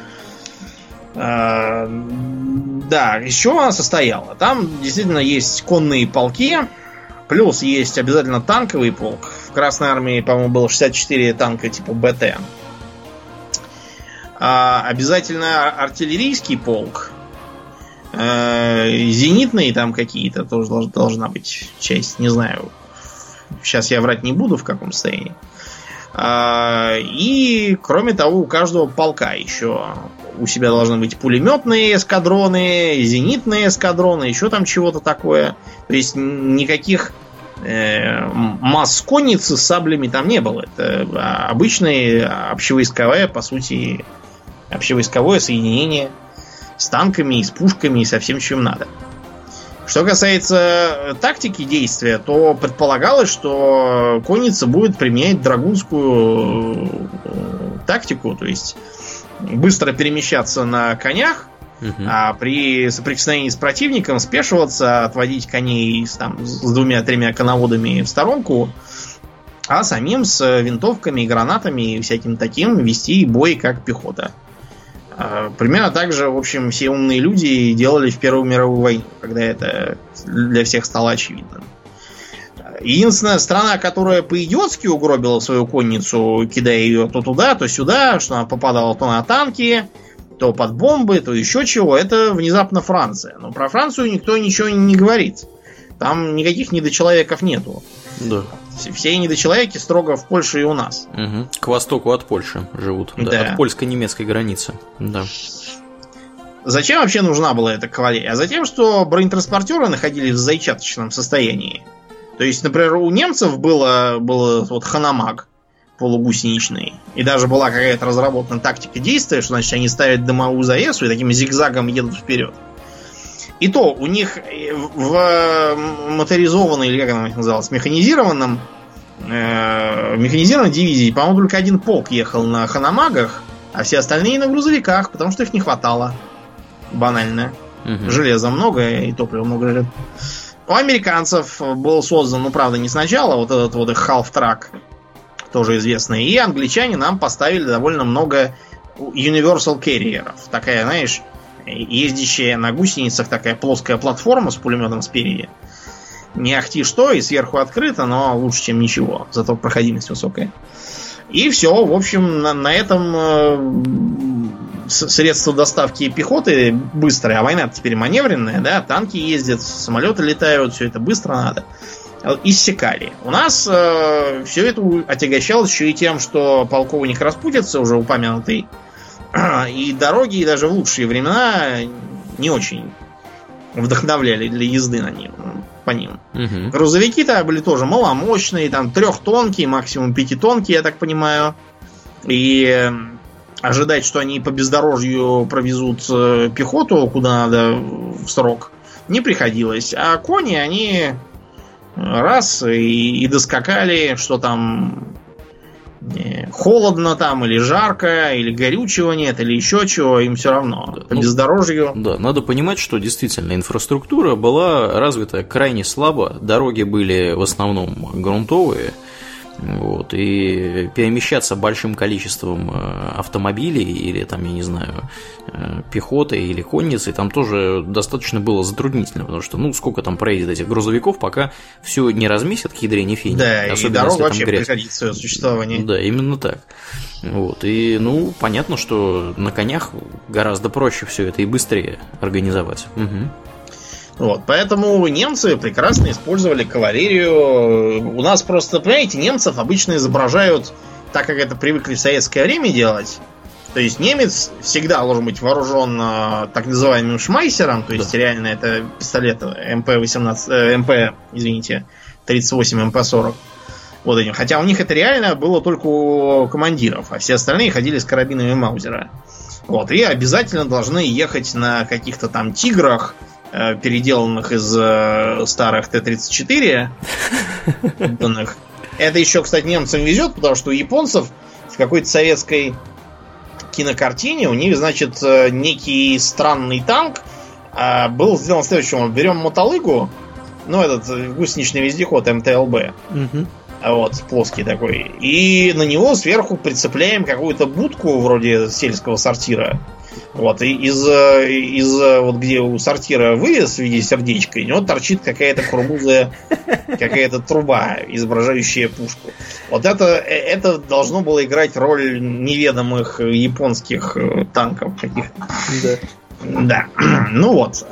Да, из чего она состояла? Там действительно есть конные полки, плюс есть обязательно танковый полк. В Красной армии, по-моему, было 64 танка типа БТ. Обязательно артиллерийский полк. Зенитные там какие-то тоже должна быть часть, не знаю. Сейчас я врать не буду, в каком состоянии. И, кроме того, у каждого полка еще у себя должны быть пулеметные эскадроны, зенитные эскадроны, еще там чего-то такое. То есть никаких масс конницы с саблями там не было. Это обычное общевойсковое, по сути, общевойсковое соединение с танками, и с пушками, и со всем, чем надо. Что касается тактики действия, то предполагалось, что конница будет применять драгунскую тактику, то есть быстро перемещаться на конях, а при соприкосновении с противником спешиваться, отводить коней там, с 2-3 коноводами в сторонку, а самим с винтовками и гранатами и всяким таким вести бой как пехота. Примерно так же, в общем, все умные люди делали в Первую мировую войну, когда это для всех стало очевидным. Единственная страна, которая по-идиотски угробила свою конницу, кидая ее то туда, то сюда, что она попадала то на танки, то под бомбы, то еще чего, это внезапно Франция. Но про Францию никто ничего не говорит. Там никаких недочеловеков нету. Да. Все недочеловеки строго в Польше и у нас. Угу. К востоку от Польши живут. Да. От польско-немецкой границы. Да. Зачем вообще нужна была эта кавалерия? А затем, что бронетранспортеры находились в зачаточном состоянии. То есть, например, у немцев было вот ханамаг полугусеничный. И даже была какая-то разработана тактика действия, что значит они ставят дымовую завесу и таким зигзагом едут вперед. И то у них в моторизованной, или как она называлась, механизированной дивизии, по-моему, только один полк ехал на ханамагах, а все остальные на грузовиках, потому что их не хватало. Банально. Угу. Железа много и топлива много лежит. У американцев был создан, ну правда не сначала, вот этот вот их half-track, тоже известный. И англичане нам поставили довольно много Universal Carrier'ов. Такая, знаешь, ездящая на гусеницах такая плоская платформа с пулеметом спереди. Не ахти что, и сверху открыто, но лучше, чем ничего. Зато проходимость высокая. И все, в общем, на этом средства доставки пехоты быстрые, а война теперь маневренная, да, танки ездят, самолеты летают, все это быстро надо. Иссякали. У нас все это отягощалось еще и тем, что полковник Распутица, уже упомянутый, и дороги, и даже в лучшие времена не очень вдохновляли для езды по ним. Угу. Грузовики-то были тоже маломощные, там 3-тонкие, максимум 5-тонкие, я так понимаю. И ожидать, что они по бездорожью провезут пехоту куда надо в срок, не приходилось. А кони, они раз и доскакали, что там холодно там, или жарко, или горючего нет, или еще чего, им все равно. По бездорожью. Да, надо понимать, что действительно инфраструктура была развита крайне слабо, дороги были в основном грунтовые. Вот, и перемещаться большим количеством автомобилей или там, я не знаю, пехоты или конницы там тоже достаточно было затруднительно, потому что, ну, сколько там проедет этих грузовиков, пока все не разместят к ядрене фени. Да, и дорога вообще прекратит свое существование. Да, именно так. Вот, и, ну, понятно, что на конях гораздо проще все это и быстрее организовать. Угу. Вот, поэтому немцы прекрасно использовали кавалерию. У нас просто, понимаете, немцев обычно изображают так, как это привыкли в советское время делать. То есть немец всегда должен быть вооружен так называемым шмайсером, то есть реально это пистолет МП-38, МП-40. Вот этим. Хотя у них это реально было только у командиров, а все остальные ходили с карабинами Маузера. Вот, и обязательно должны ехать на каких-то там тиграх, переделанных из старых Т-34. Это еще, кстати, немцам везет, потому что у японцев в какой-то советской кинокартине у них, значит, некий странный танк был сделан следующим. Берем мотолыгу, ну, этот гусеничный вездеход МТЛБ, вот, плоский такой, и на него сверху прицепляем какую-то будку вроде сельского сортира. Вот, и из вот где у сортира вывес в виде сердечка, у него торчит какая-то кургузая, какая-то труба, изображающая пушку. Вот это должно было играть роль неведомых японских танков каких-то. Да. Ну вот.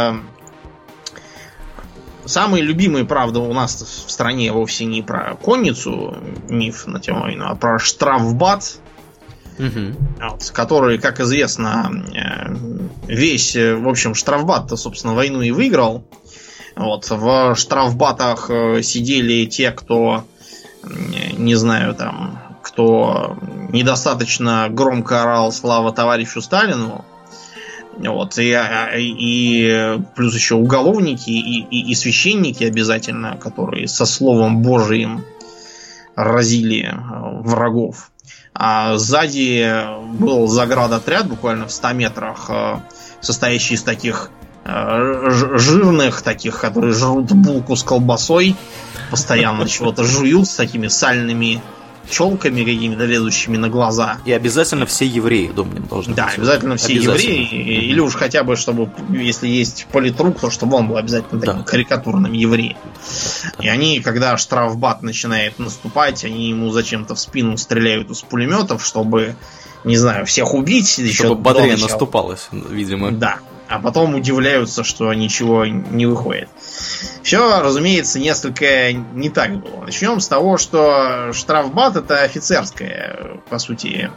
Самый любимый, правда, у нас в стране вовсе не про конницу миф на тему войны, а про штрафбат. Вот, который, как известно, весь, в общем, штрафбат-то, собственно, войну и выиграл. Вот, в штрафбатах сидели те, кто, не знаю, там, кто недостаточно громко орал «Слава товарищу Сталину». Вот, и плюс еще уголовники и священники обязательно, которые со словом Божиим разили врагов. А сзади был заградотряд буквально в 100 метрах, состоящий из таких жирных, таких, которые жрут булку с колбасой, постоянно чего-то жуют с такими сальными челками какими-то лезущими на глаза. И обязательно все евреи, думаю, должны быть. Да, обязательно все евреи. Или уж хотя бы, чтобы, если есть политрук, то чтобы он был обязательно таким карикатурным евреем. И они, когда штрафбат начинает наступать, они ему зачем-то в спину стреляют из пулеметов, чтобы, не знаю, всех убить. Чтобы бодрее наступалось, видимо. Да. а потом удивляются, что ничего не выходит. Все, разумеется, несколько не так было. Начнем с того, что штрафбат — это офицерское, по сути,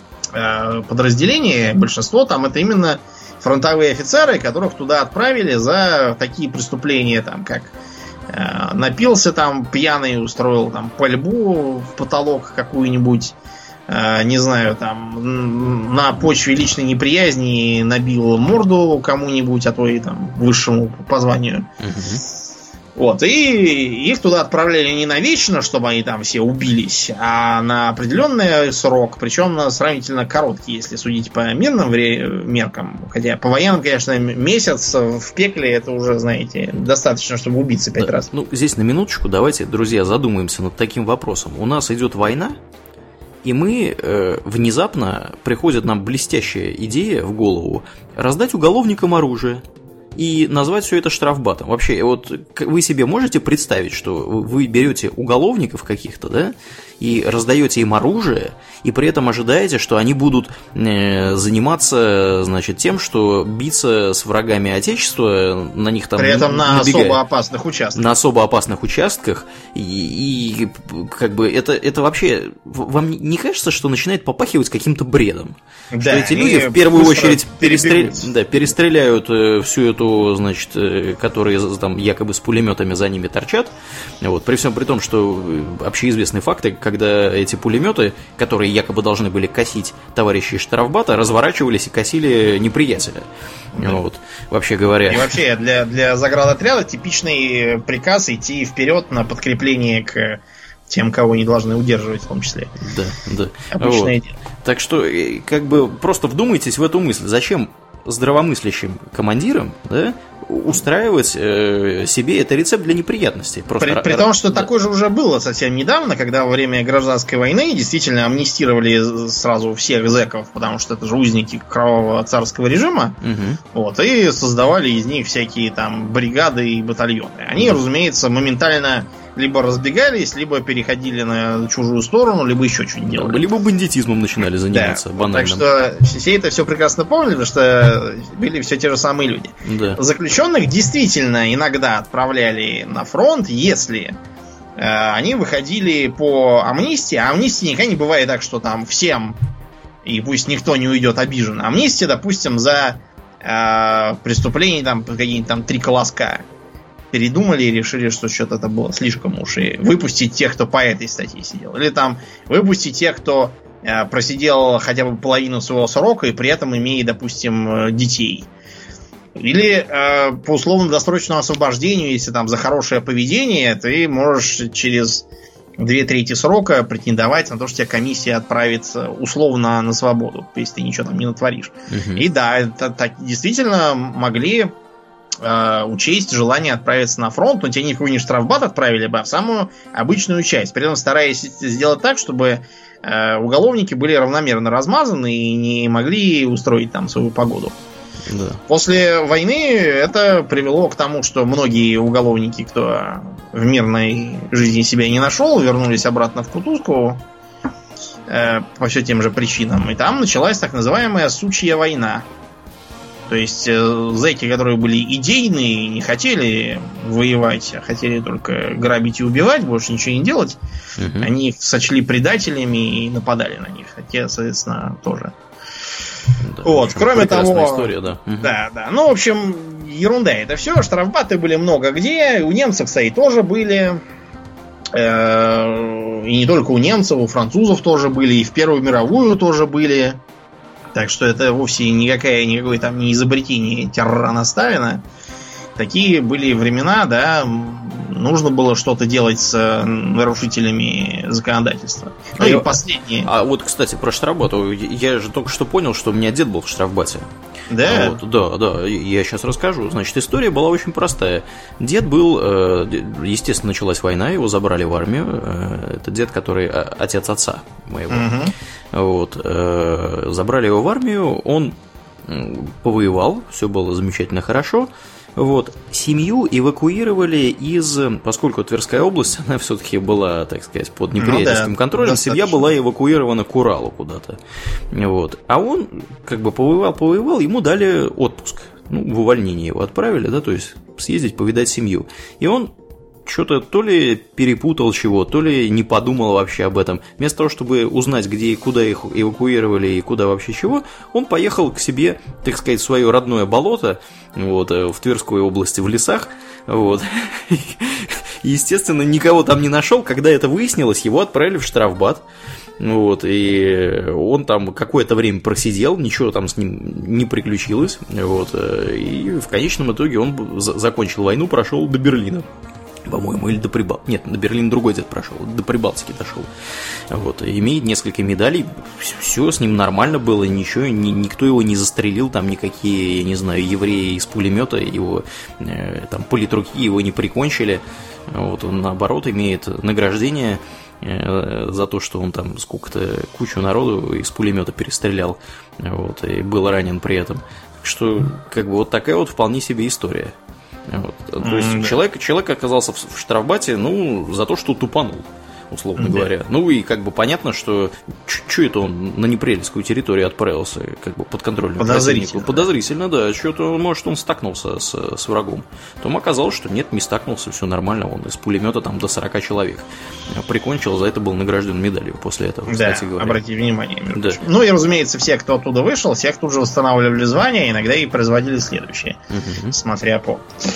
подразделение. Большинство там это именно фронтовые офицеры, которых туда отправили за такие преступления, там, как напился там пьяный, устроил там пальбу в потолок какую-нибудь, не знаю, там на почве личной неприязни набил морду кому-нибудь, а то и там высшему по званию. Вот, и их туда отправляли не навечно, чтобы они там все убились, а на определенный срок, причем на сравнительно короткий, если судить по мирным меркам. Хотя по военным, конечно, месяц в пекле это уже, знаете, достаточно, чтобы убиться 5 раз. Ну, здесь на минуточку давайте, друзья, задумаемся над таким вопросом. У нас идет война, и мы внезапно приходит нам блестящая идея в голову раздать уголовникам оружие и назвать все это штрафбатом. Вообще, вот вы себе можете представить, что вы берете уголовников каких-то, да, и раздаете им оружие, и при этом ожидаете, что они будут заниматься, значит, тем, что биться с врагами Отечества, на них там при этом на набегая, особо опасных участках. На особо опасных участках, и как бы это вообще вам не кажется, что начинает попахивать каким-то бредом? Да, что эти люди в первую очередь перестреляют всю эту, значит, которые там якобы с пулеметами за ними торчат. Вот, при всем при том, что общеизвестные факты, когда эти пулеметы, которые якобы должны были косить товарищей штрафбата, разворачивались и косили неприятеля. Да. Вот, вообще говоря. И вообще для заградотряда типичный приказ идти вперед на подкрепление к тем, кого не должны удерживать, в том числе. Да. Обычное вот. дело. Так что, как бы, просто вдумайтесь в эту мысль. Зачем здравомыслящим командирам, да, устраивать себе это рецепт для неприятностей? Просто при том, что такое же уже было совсем недавно, когда во время гражданской войны действительно амнистировали сразу всех зэков, потому что это же узники кровавого царского режима, вот, и создавали из них всякие там бригады и батальоны. Они, разумеется, моментально либо разбегались, либо переходили на чужую сторону, либо еще что-нибудь делали. Либо бандитизмом начинали заниматься, да, банально. Так что все это все прекрасно помнили, потому что были все те же самые люди. Да. Заключенных действительно иногда отправляли на фронт, если они выходили по амнистии. А амнистия никогда не бывает так, что там всем, и пусть никто не уйдет обижен. Амнистия, допустим, за преступления там какие-нибудь там 3 колоска. Передумали и решили, что что-то это было слишком уж, и выпустить тех, кто по этой статье сидел. Или там выпустить тех, кто просидел хотя бы половину своего срока и при этом имеет, допустим, детей. Или по условно-досрочному освобождению, если там за хорошее поведение, ты можешь через 2/3 срока претендовать на то, что тебя комиссия отправит условно на свободу, если ты ничего там не натворишь. И да, это так действительно могли учесть желание отправиться на фронт, но тебя ни в какой не штрафбат отправили бы, а в самую обычную часть. При этом стараясь сделать так, чтобы уголовники были равномерно размазаны и не могли устроить там свою погоду. Да. После войны это привело к тому, что многие уголовники, кто в мирной жизни себя не нашел, вернулись обратно в Кутузку по все тем же причинам. И там началась так называемая сучья война. То есть зэки, которые были идейные, не хотели воевать, а хотели только грабить и убивать, больше ничего не делать, они их сочли предателями и нападали на них. Хотя, соответственно, тоже. Да, вот, кроме того... история, да. Да. Ну, в общем, ерунда это все. Штрафбаты были много где. У немцев, кстати, тоже были. И не только у немцев, у французов тоже были. И в Первую мировую тоже были. Так что это вовсе никакое там не изобретение Тирана Сталина. Такие были времена, да, нужно было что-то делать с нарушителями законодательства. Ну и последнее. А вот, кстати, про штрафбату. Я же только что понял, что у меня дед был в штрафбате. Да? Вот, да, я сейчас расскажу. Значит, история была очень простая. Дед был, естественно, началась война, его забрали в армию. Это дед, который отец отца моего. Вот, забрали его в армию, он повоевал, все было замечательно хорошо. Вот, семью эвакуировали поскольку Тверская область, она все-таки была, так сказать, под неприятельским контролем, семья была эвакуирована к Уралу куда-то. Вот. А он как бы повоевал, ему дали отпуск в увольнение его отправили, да, то есть съездить повидать семью. И он что-то то ли перепутал чего, то ли не подумал вообще об этом. Вместо того, чтобы узнать, где и куда их эвакуировали и куда вообще чего, он поехал к себе, так сказать, в свое родное болото, в Тверской области, в лесах, И, естественно, никого там не нашел. Когда это выяснилось, его отправили в штрафбат. И он там какое-то время просидел, ничего там с ним не приключилось. И в конечном итоге он закончил войну, прошел до Берлина. По-моему, или до Прибалтики. Нет, до Берлина другой дед прошел, до Прибалтики дошел. Имеет несколько медалей, все с ним нормально было, ничего, никто его не застрелил, там никакие, я не знаю, евреи из пулемета его, там, политруки его не прикончили. Он, наоборот, имеет награждение за то, что он там сколько-то, кучу народу из пулемета перестрелял, и был ранен при этом. Так что, такая вполне себе история. То есть человек оказался в штрафбате, за то, что тупанул, условно говоря. И понятно, что что это он на непрелескую территорию отправился, под контролем противнику. Подозрительно, да. Что-то, может, он стакнулся с врагом. Потом оказалось, что нет, не стакнулся, все нормально. Он из пулемета там до 40 человек прикончил, за это был награжден медалью после этого, кстати говоря. Обратите внимание. Да. И, разумеется, все, кто оттуда вышел, всех тут же восстанавливали звания, иногда и производили следующее, смотря по.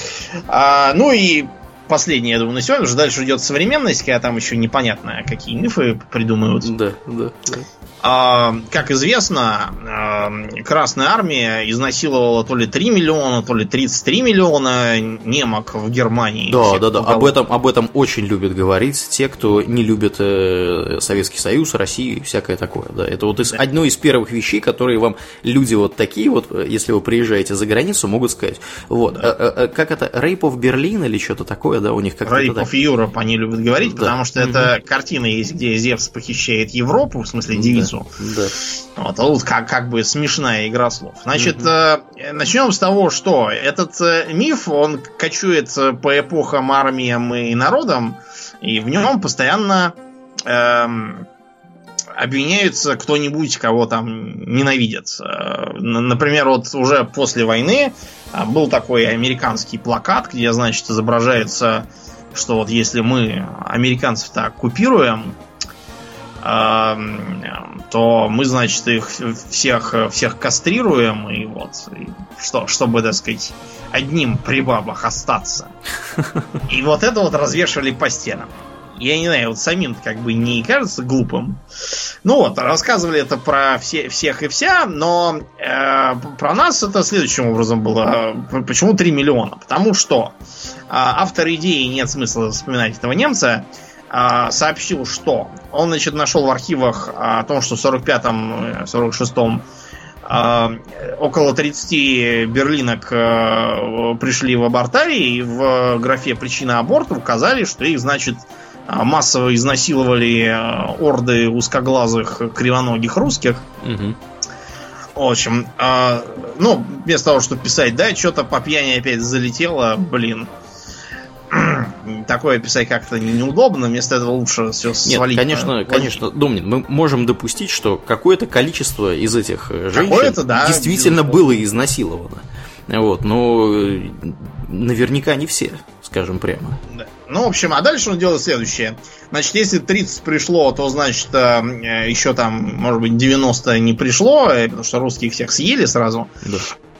И последнее, я думаю, на сегодня. Уже дальше идет современность, когда там еще непонятно, какие мифы придумывают. Да. Как известно, Красная Армия изнасиловала то ли 3 миллиона, то ли 33 миллиона немок в Германии. Да. Об этом очень любят говорить те, кто не любит Советский Союз, Россию и всякое такое. Да. Это одно из первых вещей, которые вам люди такие, если вы приезжаете за границу, могут сказать. Как это, Rape of Berlin или что-то такое, да, у них как-то. Rape of Europe они любят говорить, потому что это картина есть, где Зевс похищает Европу, в смысле девицу. Да. Тут как бы смешная игра слов. Значит, начнем с того, что этот миф, он кочует по эпохам, армиям и народам, и в нем постоянно обвиняются кто-нибудь, кого там ненавидят. Например, уже после войны был такой американский плакат, где, значит, изображается, что если мы американцев-то оккупируем, то мы, значит, их всех кастрируем, и чтобы, так сказать, одним при бабах остаться. И это развешивали по стенам. Я не знаю, самим не кажется глупым. Рассказывали это про всех и вся, но про нас это следующим образом было. Почему 3 миллиона? Потому что автор идеи, нет смысла вспоминать этого немца, сообщил, что он, значит, нашел в архивах о том, что в 45-м, 46-м около 30 берлинок пришли в абортарии, и в графе «Причина аборта» указали, что их, значит, массово изнасиловали орды узкоглазых кривоногих русских. В общем, вместо того, чтобы писать, что-то по пьяни опять залетело, такое писать как-то неудобно, вместо этого лучше все свалить. Нет, конечно, Домнин, мы можем допустить, что какое-то количество из этих женщин действительно было изнасиловано. Но наверняка не все, скажем прямо. Да. В общем, а дальше он делает следующее. Значит, если 30 пришло, то, значит, еще там, может быть, 90 не пришло, потому что русских всех съели сразу. Да.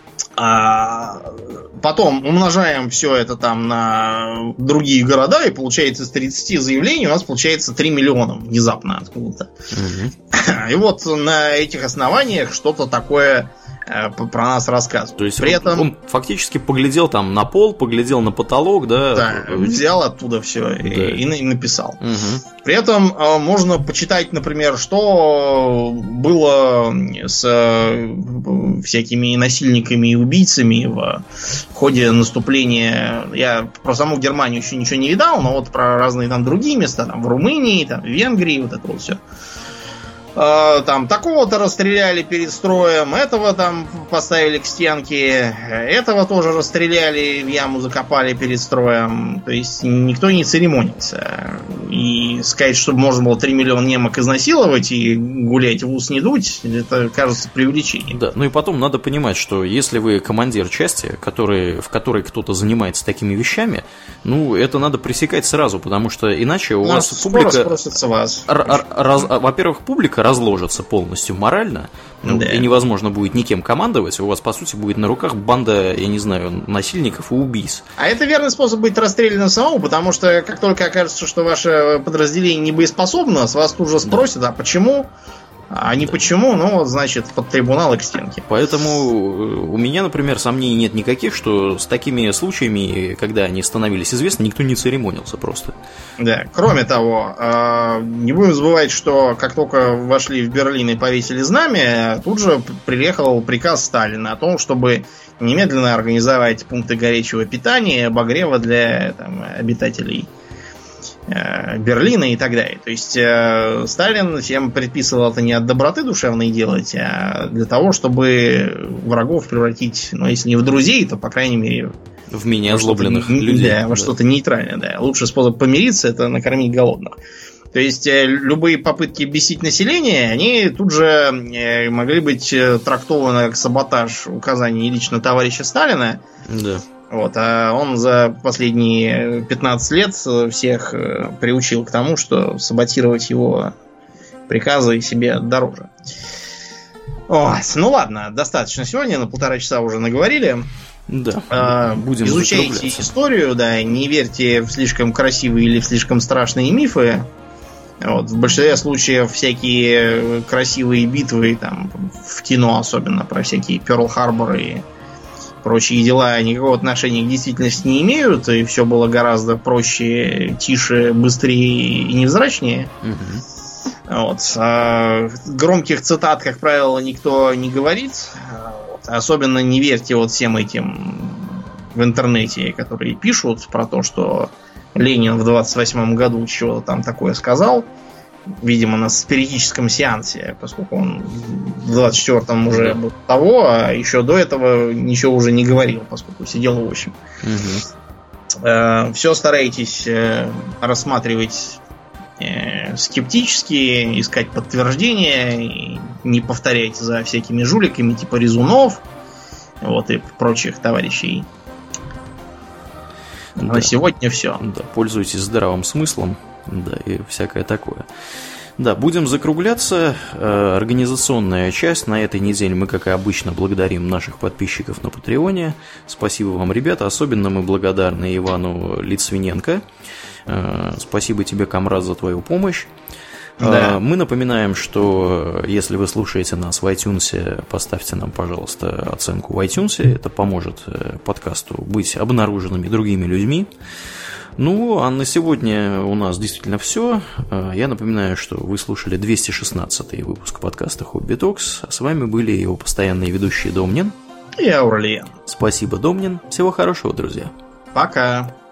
Потом умножаем все это там на другие города, и получается из 30 заявлений у нас получается 3 миллиона внезапно откуда-то. И на этих основаниях что-то такое про нас рассказывают. То есть при этом он фактически поглядел там на пол, поглядел на потолок, взял оттуда все и написал. При этом можно почитать, например, что было с всякими насильниками и убийцами в ходе наступления. Я про саму Германию еще ничего не видал, но про разные там другие места, там в Румынии, там в Венгрии, это все. там такого-то расстреляли перед строем, этого там поставили к стенке, этого тоже расстреляли, в яму закопали перед строем. То есть никто не церемонился. И сказать, чтобы можно было 3 миллиона немок изнасиловать и гулять в ус не дуть, это кажется преувеличением. Да, ну и потом надо понимать, что если вы командир части, в которой кто-то занимается такими вещами, ну это надо пресекать сразу, потому что иначе у вас публика... Во-первых, публика разложится полностью морально, и невозможно будет никем командовать, у вас, по сути, будет на руках банда, я не знаю, насильников и убийц. А это верный способ быть расстрелянным самому, потому что как только окажется, что ваше подразделение не боеспособно, с вас тут же спросят, а почему? А не почему, ну вот, значит, под трибунал и к стенке. Поэтому у меня, например, сомнений нет никаких, что с такими случаями, когда они становились известны, никто не церемонился просто. Да, кроме того, не будем забывать, что как только вошли в Берлин и повесили знамя, тут же приехал приказ Сталина о том, чтобы немедленно организовать пункты горячего питания и обогрева для обитателей Берлина и так далее. То есть Сталин всем предписывал это не от доброты душевной делать, а для того, чтобы врагов превратить, ну, если не в друзей, то, по крайней мере, в менее озлобленных людей. Да, во что-то нейтральное. Да. Лучший способ помириться — это накормить голодных. То есть любые попытки бесить население, они тут же могли быть трактованы как саботаж указаний лично товарища Сталина. Да. Вот, а он за последние 15 лет всех приучил к тому, что саботировать его приказы себе дороже. О, ну ладно, достаточно сегодня, на 1,5 часа уже наговорили. Да, будем изучайте историю, да, не верьте в слишком красивые или в слишком страшные мифы. Вот, в большинстве случаев всякие красивые битвы, там, в кино особенно, про всякие Пёрл-Харбор и прочие дела никакого отношения к действительности не имеют, и все было гораздо проще, тише, быстрее и невзрачнее. Вот. А громких цитат, как правило, никто не говорит. Вот. Особенно не верьте вот всем этим в интернете, которые пишут про то, что Ленин в 28-м году чего-то там такое сказал. Видимо, на спиритическом сеансе, поскольку он в 24-м уже был того, а еще до этого ничего уже не говорил, поскольку сидел в 8. Все старайтесь рассматривать скептически, искать подтверждения, и не повторять за всякими жуликами типа Резунов, вот, и прочих товарищей. Да. На сегодня все. Да, пользуйтесь здравым смыслом. Да, и всякое такое. Да, будем закругляться. Организационная часть на этой неделе мы, как и обычно, благодарим наших подписчиков на Патреоне. Спасибо вам, ребята. Особенно мы благодарны Ивану Литвиненко. Спасибо тебе, Камрад, за твою помощь. Да. Мы напоминаем, что если вы слушаете нас в iTunes, поставьте нам, пожалуйста, оценку в iTunes. Это поможет подкасту быть обнаруженными другими людьми. Ну, а на сегодня у нас действительно все. Я напоминаю, что вы слушали 216-й выпуск подкаста Хобби Токс. А с вами были его постоянные ведущие Домнин и Аурлиен. Спасибо, Домнин. Всего хорошего, друзья. Пока.